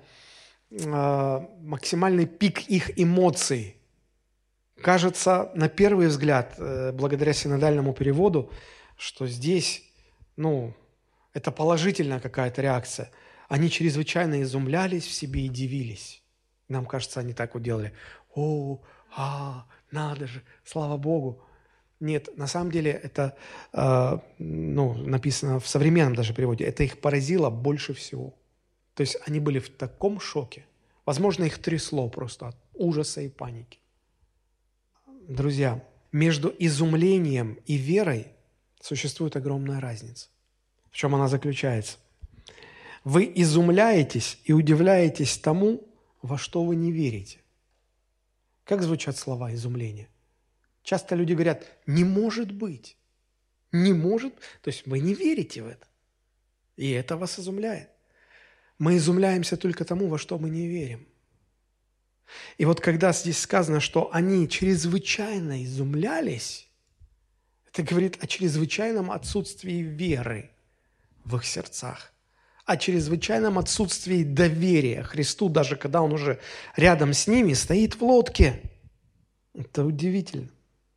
э, максимальный пик их эмоций. Кажется, на первый взгляд, э, благодаря синодальному переводу, что здесь, ну, это положительная какая-то реакция. Они чрезвычайно изумлялись в себе и дивились. Нам кажется, они так вот делали. О, а, надо же, слава Богу. Нет, на самом деле это, э, ну, написано в современном даже переводе, это их поразило больше всего. То есть они были в таком шоке. Возможно, их трясло просто от ужаса и паники. Друзья, между изумлением и верой существует огромная разница. В чем она заключается? Вы изумляетесь и удивляетесь тому, во что вы не верите. Как звучат слова изумления? Часто люди говорят: «Не может быть». Не может. То есть вы не верите в это. И это вас изумляет. Мы изумляемся только тому, во что мы не верим. И вот когда здесь сказано, что они чрезвычайно изумлялись, это говорит о чрезвычайном отсутствии веры в их сердцах, о чрезвычайном отсутствии доверия Христу, даже когда Он уже рядом с ними стоит в лодке. Это удивительно.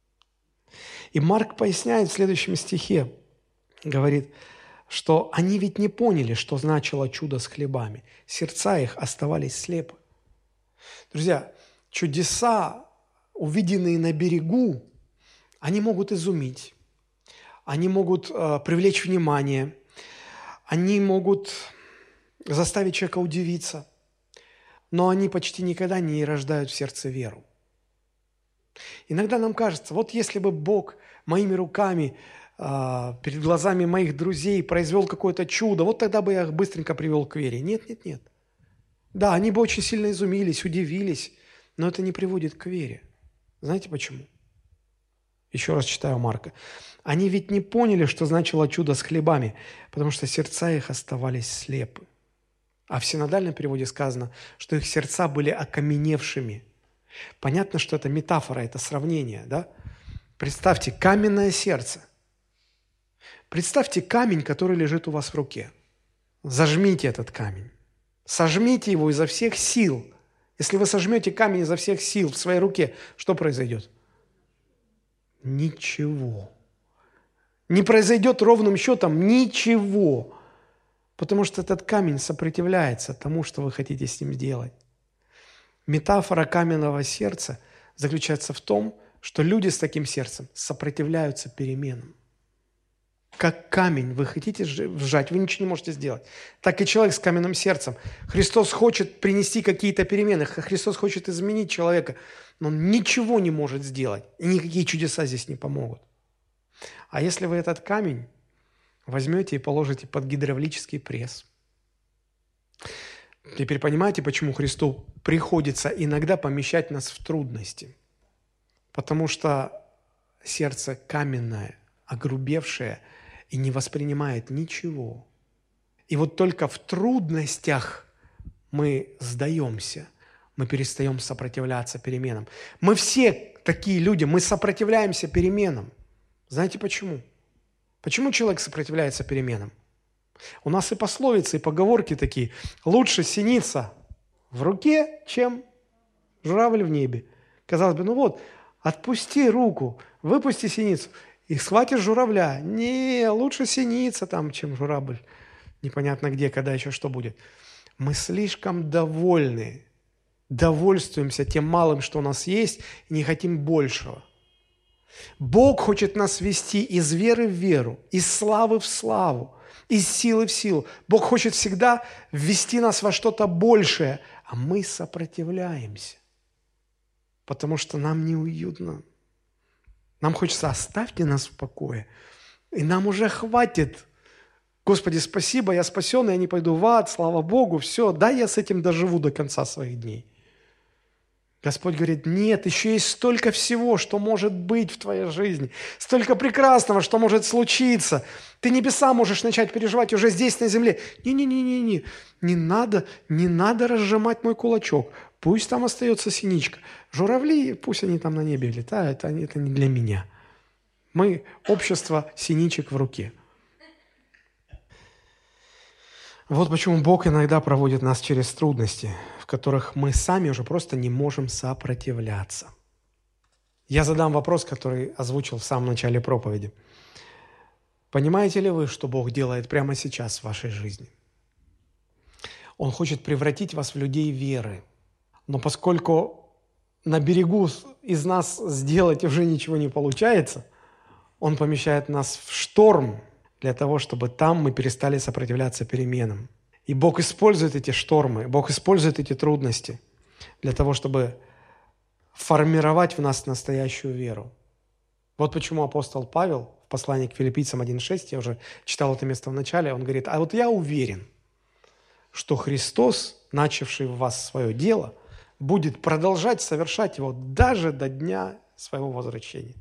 И Марк поясняет в следующем стихе, говорит, что они ведь не поняли, что значило чудо с хлебами. Сердца их оставались слепы. Друзья, чудеса, увиденные на берегу, они могут изумить, они могут э, привлечь внимание, они могут заставить человека удивиться, но они почти никогда не рождают в сердце веру. Иногда нам кажется, вот если бы Бог моими руками э, перед глазами моих друзей произвел какое-то чудо, вот тогда бы я их быстренько привел к вере. Нет, нет, нет. Да, они бы очень сильно изумились, удивились, но это не приводит к вере. Знаете почему? Еще раз читаю Марка. Они ведь не поняли, что значило чудо с хлебами, потому что сердца их оставались слепы. А в синодальном переводе сказано, что их сердца были окаменевшими. Понятно, что это метафора, это сравнение, да? Представьте, каменное сердце. Представьте камень, который лежит у вас в руке. Зажмите этот камень. Сожмите его изо всех сил. Если вы сожмете камень изо всех сил в своей руке, что произойдет? Ничего. Не произойдет ровным счетом ничего. Потому что этот камень сопротивляется тому, что вы хотите с ним сделать. Метафора каменного сердца заключается в том, что люди с таким сердцем сопротивляются переменам. Как камень вы хотите сжать, вы ничего не можете сделать. Так и человек с каменным сердцем. Христос хочет принести какие-то перемены, Христос хочет изменить человека, но он ничего не может сделать, и никакие чудеса здесь не помогут. А если вы этот камень возьмете и положите под гидравлический пресс, теперь понимаете, почему Христу приходится иногда помещать нас в трудности? Потому что сердце каменное, огрубевшее, и не воспринимает ничего. И вот только в трудностях мы сдаемся, мы перестаем сопротивляться переменам. Мы все такие люди, мы сопротивляемся переменам. Знаете почему? Почему человек сопротивляется переменам? У нас и пословицы, и поговорки такие. Лучше синица в руке, чем журавль в небе. Казалось бы, ну вот, отпусти руку, выпусти синицу, и схватишь журавля. Не, лучше синица там, чем журавль. Непонятно где, когда еще что будет. Мы слишком довольны, довольствуемся тем малым, что у нас есть, и не хотим большего. Бог хочет нас вести из веры в веру, из славы в славу, из силы в силу. Бог хочет всегда ввести нас во что-то большее, а мы сопротивляемся, потому что нам неуютно. Нам хочется: оставьте нас в покое, и нам уже хватит. Господи, спасибо, я спасен, я не пойду в ад, слава Богу, все, да, я с этим доживу до конца своих дней. Господь говорит, нет, еще есть столько всего, что может быть в твоей жизни, столько прекрасного, что может случиться. Ты небеса можешь начать переживать уже здесь, на земле. Не-не-не-не-не, не надо, не надо разжимать мой кулачок. Пусть там остается синичка. Журавли, пусть они там на небе летают, они, это не для меня. Мы общество синичек в руке. Вот почему Бог иногда проводит нас через трудности, в которых мы сами уже просто не можем сопротивляться. Я задам вопрос, который озвучил в самом начале проповеди. Понимаете ли вы, что Бог делает прямо сейчас в вашей жизни? Он хочет превратить вас в людей веры. Но поскольку на берегу из нас сделать уже ничего не получается, Он помещает нас в шторм, для того, чтобы там мы перестали сопротивляться переменам. И Бог использует эти штормы, Бог использует эти трудности для того, чтобы формировать в нас настоящую веру. Вот почему апостол Павел в послании к Филиппийцам один шесть, я уже читал это место в начале, он говорит, а вот я уверен, что Христос, начавший в вас свое дело, будет продолжать совершать его даже до дня своего возвращения.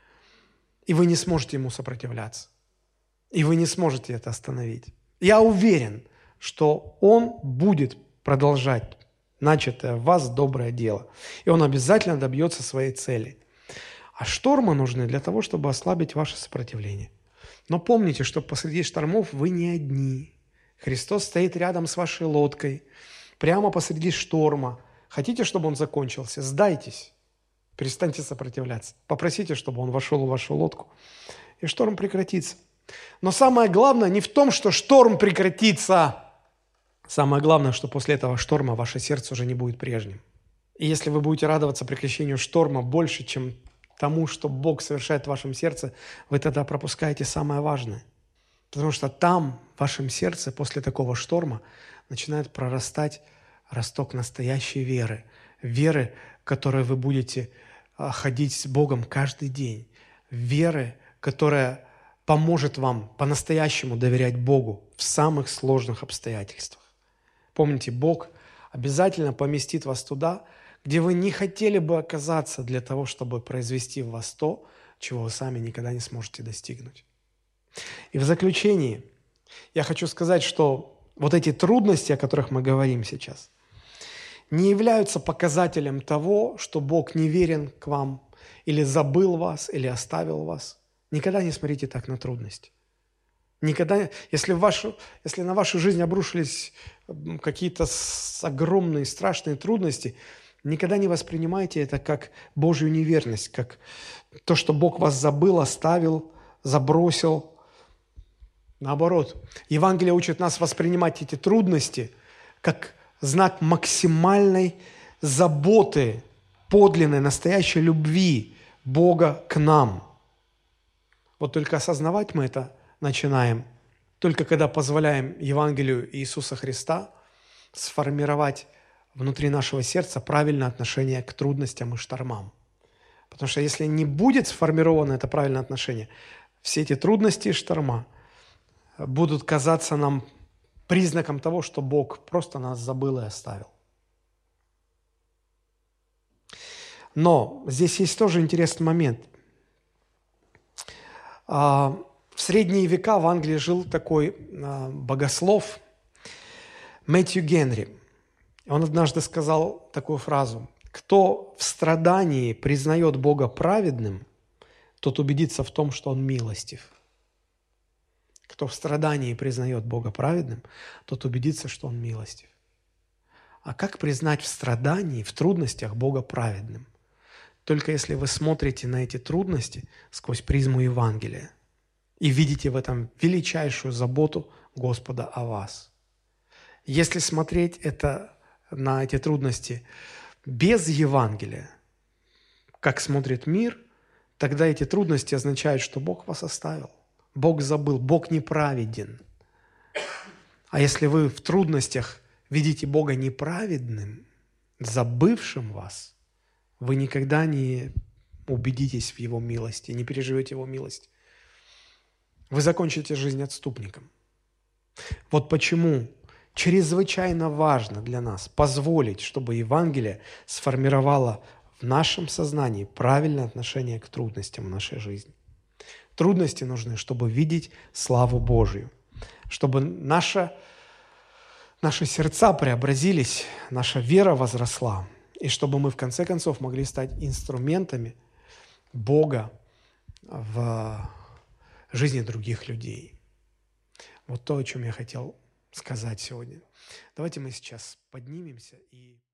И вы не сможете ему сопротивляться. И вы не сможете это остановить. Я уверен, что Он будет продолжать начатое в вас доброе дело. И Он обязательно добьется своей цели. А штормы нужны для того, чтобы ослабить ваше сопротивление. Но помните, что посреди штормов вы не одни. Христос стоит рядом с вашей лодкой, прямо посреди шторма. Хотите, чтобы он закончился? Сдайтесь. Перестаньте сопротивляться. Попросите, чтобы он вошел в вашу лодку, и шторм прекратится. Но самое главное не в том, что шторм прекратится. Самое главное, что после этого шторма ваше сердце уже не будет прежним. И если вы будете радоваться прекращению шторма больше, чем тому, что Бог совершает в вашем сердце, вы тогда пропускаете самое важное. Потому что там, в вашем сердце, после такого шторма, начинает прорастать росток настоящей веры. Веры, которой вы будете ходить с Богом каждый день. Веры, которая поможет вам по-настоящему доверять Богу в самых сложных обстоятельствах. Помните, Бог обязательно поместит вас туда, где вы не хотели бы оказаться для того, чтобы произвести в вас то, чего вы сами никогда не сможете достигнуть. И в заключении я хочу сказать, что вот эти трудности, о которых мы говорим сейчас, не являются показателем того, что Бог неверен к вам, или забыл вас, или оставил вас. Никогда не смотрите так на трудности. Никогда, если, в вашу, если на вашу жизнь обрушились какие-то огромные, страшные трудности, никогда не воспринимайте это как Божью неверность, как то, что Бог вас забыл, оставил, забросил. Наоборот, Евангелие учит нас воспринимать эти трудности как знак максимальной заботы, подлинной, настоящей любви Бога к нам. Вот только осознавать мы это начинаем, только когда позволяем Евангелию Иисуса Христа сформировать внутри нашего сердца правильное отношение к трудностям и штормам. Потому что если не будет сформировано это правильное отношение, все эти трудности и шторма будут казаться нам признаком того, что Бог просто нас забыл и оставил. Но здесь есть тоже интересный момент. В средние века в Англии жил такой богослов Мэтью Генри. Он однажды сказал такую фразу: «Кто в страдании признает Бога праведным, тот убедится в том, что Он милостив». Кто в страдании признает Бога праведным, тот убедится, что Он милостив. А как признать в страдании, в трудностях Бога праведным? Только если вы смотрите на эти трудности сквозь призму Евангелия и видите в этом величайшую заботу Господа о вас. Если смотреть это, на эти трудности без Евангелия, как смотрит мир, тогда эти трудности означают, что Бог вас оставил, Бог забыл, Бог неправеден. А если вы в трудностях видите Бога неправедным, забывшим вас, вы никогда не убедитесь в Его милости, не переживете Его милость. Вы закончите жизнь отступником. Вот почему чрезвычайно важно для нас позволить, чтобы Евангелие сформировало в нашем сознании правильное отношение к трудностям в нашей жизни. Трудности нужны, чтобы видеть славу Божию, чтобы наша, наши сердца преобразились, наша вера возросла, и чтобы мы в конце концов могли стать инструментами Бога в жизни других людей. Вот то, о чем я хотел сказать сегодня. Давайте мы сейчас поднимемся и...